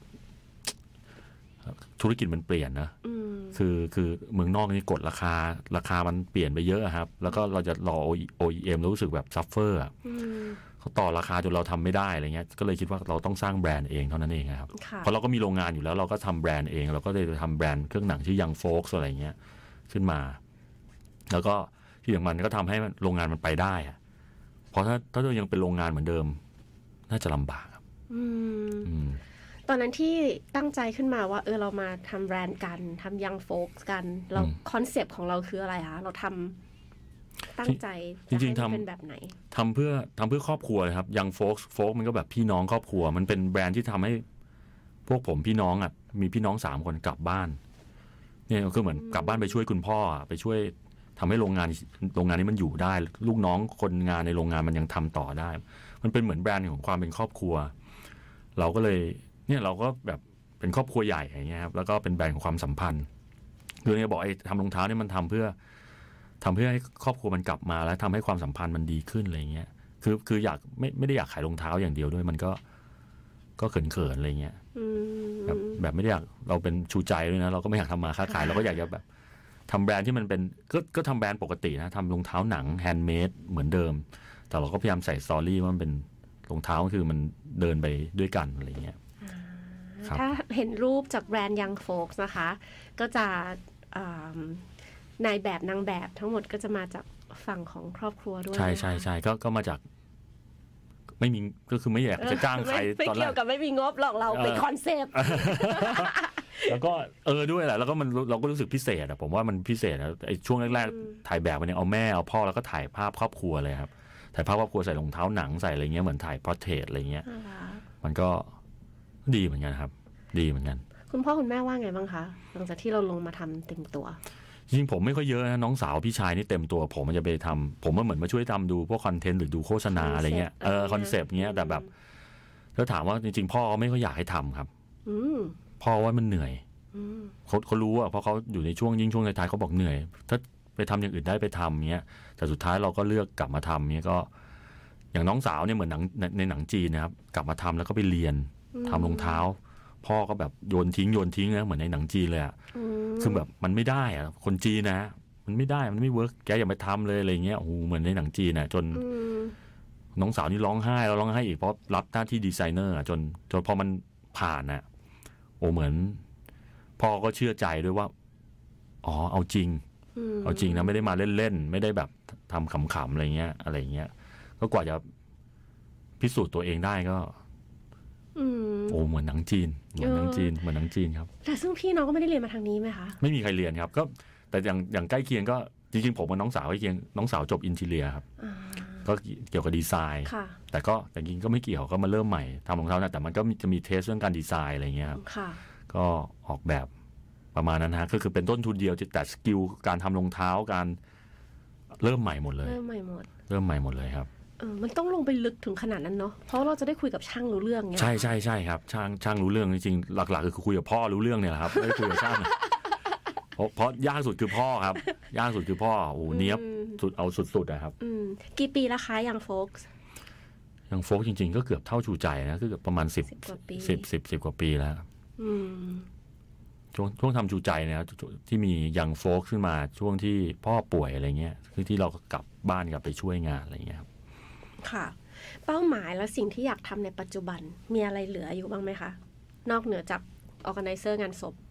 ธุรกิจมันเปลี่ยนนะอืมคือคือเมืองนอกนี่กดราคาราคามันเปลี่ยนไปเยอะครับ แล้วก็เราจะรอ โอ อี เอ็ม แล้วรู้สึกแบบซัฟเฟอร์อ่ะอืมเขาต่อราคาจนเราทำไม่ได้อะไรเงี้ยก็เลยคิดว่าเราต้องสร้างแบรนด์เองเท่านั้นเองครับค่ะเพราะเราก็มีโรงงานอยู่แล้วเราก็ทำแบรนด์เองเราก็เลยทำแบรนด์เครื่องหนังชื่อยังโฟกอะไรเงี้ยขึ้นมา แล้วก็ที่อย่างมันก็ทำให้โรงงานมันไปได้อะเพราะถ้าถ้าเรายังเป็นโรงงานเหมือนเดิม น่าจะลำบากครับอืมอืมตอนนั้นที่ตั้งใจขึ้นมาว่าเออเรามาทำแบรนด์กันทำยังโฟกกันเราคอนเซปต์ของเราคืออะไรคะเราทำตั้งใจจริงๆจะให้มันทำเป็นแบบไหนทำเพื่อทำเพื่อครอบครัวเลยครับยังโฟกโฟกมันก็แบบพี่น้องครอบครัว มันเป็นแบรนด์ที่ทำให้พวกผมพี่น้องอ่ะมีพี่น้องสามคนกลับบ้านเนี่ยคือเหมือนกลับบ้านไปช่วยคุณพ่อไปช่วยทำให้โรงงานโรงงานนี้มันอยู่ได้ลูกน้องคนงานในโรงงานมันยังทำต่อได้มันเป็นเหมือนแบรนด์ของความเป็นครอบครัวเราก็เลยเนี่ยเราก็แบบเป็นครอบครัวใหญ่อย่างเงี้ยครับแล้วก็เป็นแบรนด์ของความสัมพันธ์คือเนี่ยบอกไอ้ทำรองเท้าเนี่ยมันทำเพื่อทำเพื่อให้ครอบครัวมันกลับมาแล้วทำให้ความสัมพันธ์มันดีขึ้นอะไรเงี้ยคือคืออยากไม่ไม่ได้อยากขายรองเท้าอย่างเดียวด้วยมันก็ก็เขินๆอะไรเงี้ยแบบแบบไม่ได้อยากเราเป็นชูใจด้วยนะเราก็ไม่อยากทำมาค้าขายเราก็อยากจะแบบทำแบรนด์ที่มันเป็นก็ก็ทำแบรนด์ปกตินะทำรองเท้าหนังแฮนด์เมดเหมือนเดิมแต่เราก็พยายามใส่สตอรี่ว่ามันเป็นรองเท้าคือมันเดินไปด้วยกันอะไรเงี้ยถ้าเห็นรูปจากแบรนด์ Young Folks นะคะก็จะนายแบบนางแบบทั้งหมดก็จะมาจากฝั่งของครอบครัวด้วยใช่ใช่ใช่ก็ก็มาจากไม่มีก็คือไม่อยากจะจ้างใครตอนแรกไม่เกี่ยวกับไม่มีงบหรอกเราเป็นคอนเซปต์แล้วก็เออด้วยแหละแล้วก็มันเราก็รู้สึกพิเศษอะผมว่ามันพิเศษนะไอ้ช่วงแรกๆถ่ายแบบมันเนี่ยเอาแม่เอาพ่อแล้วก็ถ่ายภาพครอบครัวเลยครับถ่ายภาพครอบครัวใส่รองเท้าหนังใส่อะไรเงี้ยเหมือนถ่ายพอร์เทรตอะไรเงี้ยมันก็ดีเหมือนกันครับดีเหมือนกันคุณพ่อคุณแม่ว่าไงบ้างคะหลังจากที่เราลงมาทำเต็มตัวจริงผมไม่ค่อยเยอะนะน้องสาวพี่ชายนี่เต็มตัวผมมันจะไปทำผมมันเหมือนมาช่วยทำดูพวกคอนเทนต์หรือดูโฆษณาอะไรเงี้ยเออคอนเซปต์เงี้ยแต่แบบถ้าถามว่าจริงๆพ่อเขาไม่ค่อยอยากให้ทำครับพ่อว่ามันเหนื่อยเขาเขารู้อ่ะเพราะเขาอยู่ในช่วงยิ่งช่วงท้ายๆเขาบอกเหนื่อยถ้าไปทำอย่างอื่นได้ไปทำเงี้ยแต่สุดท้ายเราก็เลือกกลับมาทำเงี้ยก็อย่างน้องสาวเนี่ยเหมือนหนังในหนังจีนนะครับกลับมาทำแล้วก็ไปเรียนทำรองเท้าพ่อก็แบบโยนทิ้งโยนทิ้งนะเหมือนในหนังจีนเลยอ่ะคือแบบมันไม่ได้อ่ะคนจีนนะมันไม่ได้มันไม่เวิร์กแกอย่าไปทำเลยอะไรเงี้ยโอ้โหเหมือนในหนังจีนนะจนน้องสาวนี่ร้องไห้แล้วร้องไห้อีกเพราะรับหน้าที่ดีไซเนอร์จนจนพอมันผ่านนะโอ้เหมือนพ่อก็เชื่อใจด้วยว่าอ๋อเอาจริงเอาจริงนะไม่ได้มาเล่นๆไม่ได้แบบทำขำๆอะไรเงี้ยอะไรเงี้ยก็กว่าจะพิสูจน์ตัวเองได้ก็โอ้เหมือนหนังจีนเหมือนหนังจีนเหมือนหนังจีนครับแต่ซึ่งพี่น้องก็ไม่ได้เรียนมาทางนี้ไหมคะไม่มีใครเรียนครับก็แต่อย่างอย่างใกล้เคียงก็จริงๆผมกับน้องสาวใกล้เคียงน้องสาวจบอินทีเรียครับก็เกี่ยวกับดีไซน์แต่ก็แต่จริงก็ไม่เกี่ยวก็มาเริ่มใหม่ทำรองเท้านะแต่มันก็จะมีเทสเรื่องการดีไซน์อะไรเงี้ยครับก็ออกแบบประมาณนั้นฮะก็คือเป็นต้นทุนเดียวแต่สกิลการทำรองเท้าการเริ่มใหม่หมดเลยเริ่มใหม่หมดเริ่มใหม่หมดเลยครับเออมันต้องลงไปลึกถึงขนาดนั้นเนาะเพราะเราจะได้คุยกับช่างรู้เรื่องไงใช่ใช่ใช่ครับช่างช่างรู้เรื่องจริงๆหลักๆคือคุยกับพ่อรู้เรื่องเนี่ยแหละครับไม่ได้คุยกับช่างเพราะเพราะยากสุดคือพ่อครับยากสุดคือพ่อโอ้เนี้ยบสุดเอาสุดๆนะครับกี่ปีละคะยังโฟกส์ยังโฟกจริงๆก็เกือบเท่าชูใจนะก็เกือบประมาณสิบสิบสิบสิบกว่าปีแล้วช่วงช่วงทำชูใจเนี่ยที่มียังโฟกขึ้นมาช่วงที่พ่อป่วยอะไรเงี้ยคือที่เรากลับบ้านกลับไปช่วยงานอะไรเงี้ยครับค่ะเป้าหมายและสิ่งที่อยากทำในปัจจุบันมีอะไรเหลืออยู่บ้างไหมคะนอกเหนือจากออร์แกไนเซอร์งานศพ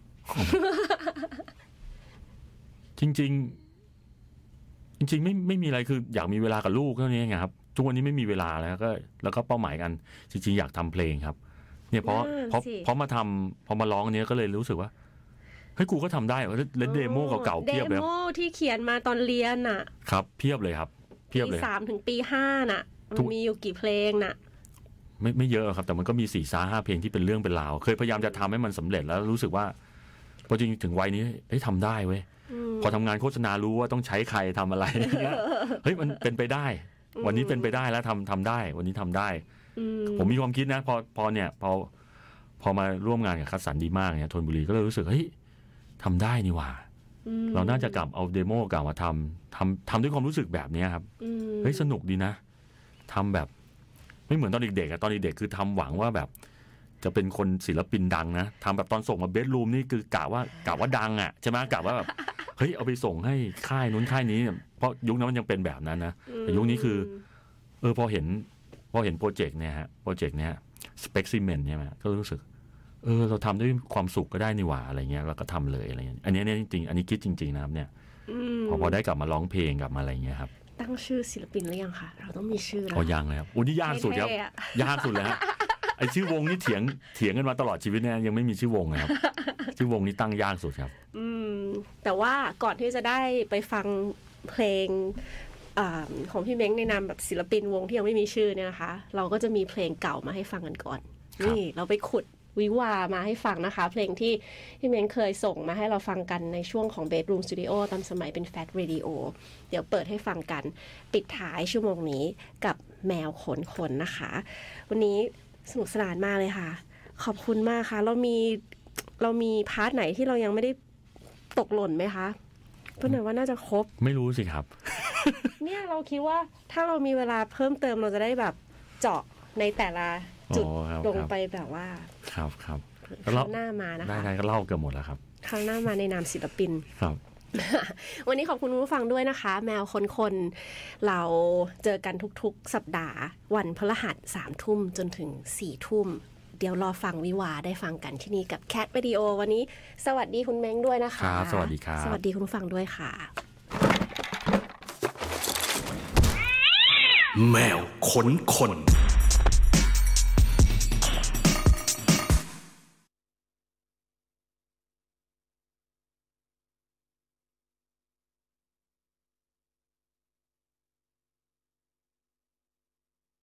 จริงๆจริงๆไม่ไม่มีอะไรคืออยากมีเวลากับลูกเท่านี้ไงครับทุกวันนี้ไม่มีเวลาแล้วก็แล้วก็เป้าหมายกันจริงๆอยากทำเพลงครับเนี่ยเพราะเพราะเพราะมาทำพอมาร้องเนี้ยก็เลยรู้สึกว่าเฮ้ยกูก็ทำได้เล่นเดโมเก่าๆเพียบเลยเดโมที่เขียนมาตอนเรียนน่ะครับเพียบเลยครับเพียบเลยปีสามถึงปีห้าน่ะมันมีอยู่กี่เพลงน่ะไม่ไม่เยอะครับแต่มันก็มีสี่ซ้าห้าเพลงที่เป็นเรื่องเป็นราวเคยพยายามจะทำให้มันสำเร็จแล้วรู้สึกว่าพอจริงถึงวัยนี้เฮ้ยทำได้เว้ยพอทำงานโฆษณารู้ว่าต้องใช้ใครทำอะไรเฮ้ยมันเป็นไปได้วันนี้เป็นไปได้แล้วทำทำได้วันนี้ทำได้ผมมีความคิดนะพอพอเนี่ยพอพอมาร่วมงานกับคัสสันดีมากเนี่ยธนบุรีก็เลยรู้สึกเฮ้ยทำได้นี่หว่าเราน่าจะกลับเอาเดโมเก่ามาทำทำทำด้วยความรู้สึกแบบนี้ครับเฮ้ยสนุกดีนะทำแบบไม่เหมือนตอนเด็กๆตอนเด็กๆคือทำหวังว่าแบบจะเป็นคนศิลปินดังนะทำแบบตอนส่งมาเบสรูมนี่คือกะว่ากะว่าดังอ่ะใช่ไหมกะว่าแบบเฮ้ยเอาไปส่งให้ค่ายนู้นค่ายนี้เพราะยุคนั้นมันยังเป็นแบบนั้นนะแต่ยุคนี้คือเออพอเห็นพอเห็นโปรเจกต์เนี่ยฮะโปรเจกต์เนี้ยสเปกซิเมนต์ใช่ไหมก็รู้สึกเออเราทำด้วยความสุขก็ได้นี่หว่าอะไรเงี้ยเราก็ทำเลยอะไรเงี้ยอันนี้เนี่ยจริงๆอันนี้คิดจริงๆนะครับเนี่ยพอพอได้กลับมาร้องเพลงกลับมาอะไรเงี้ยครับตั้งชื่อศิลปินหรือยังคะเราต้องมีชื่อแล้วอ๋อยังเลยครับโอ้นี่ยากสุดครับยากสุดเลยฮะไอชื่อวงนี่เถียงเถียงกันมาตลอดชีวิตเนี่ยยังไม่มีชื่อวงเลยครับชื่อวงนี้ตั้งยากสุดครับอืมแต่ว่าก่อนที่จะได้ไปฟังเพลงของพี่เม้งในนามแบบศิลปินวงที่ยังไม่มีชื่อเนี่ยนะคะเราก็จะมีเพลงเก่ามาให้ฟังกันก่อนนี่เราไปขุดวิวามาให้ฟังนะคะเพลงที่พี่เม้งเคยส่งมาให้เราฟังกันในช่วงของ Bedroom Studio ตอนสมัยเป็น Fat Radio เดี๋ยวเปิดให้ฟังกันปิดท้ายชั่วโมงนี้กับแมวขนคนนะคะวันนี้สนุกสนานมากเลยค่ะขอบคุณมากค่ะเรามีเรามีพาร์ทไหนที่เรายังไม่ได้ตกหล่นไหมคะเพื่อนว่าน่าจะครบไม่รู้สิครับเนี่ยเราคิดว่าถ้าเรามีเวลาเพิ่มเติมเราจะได้แบบเจาะในแต่ละจุดลงไปแบบว่าครับครับคราวหน้ามานะคะได้ๆก็เล่าเกือบหมดแล้วครับคราวหน้ามาในนามศิลปินครับวันนี้ขอบคุณผู้ฟังด้วยนะคะแมวคนคนเราเจอกันทุกๆสัปดาห์วันพฤหัสสามทุ่มจนถึงสี่ทุ่มเดี๋ยวรอฟังวิวาได้ฟังกันที่นี่กับ Cat Radio วันนี้สวัสดีคุณเม้งด้วยนะคะครับสวัสดีครับสวัสดีคุณผู้ฟังด้วยค่ะแมวขนคน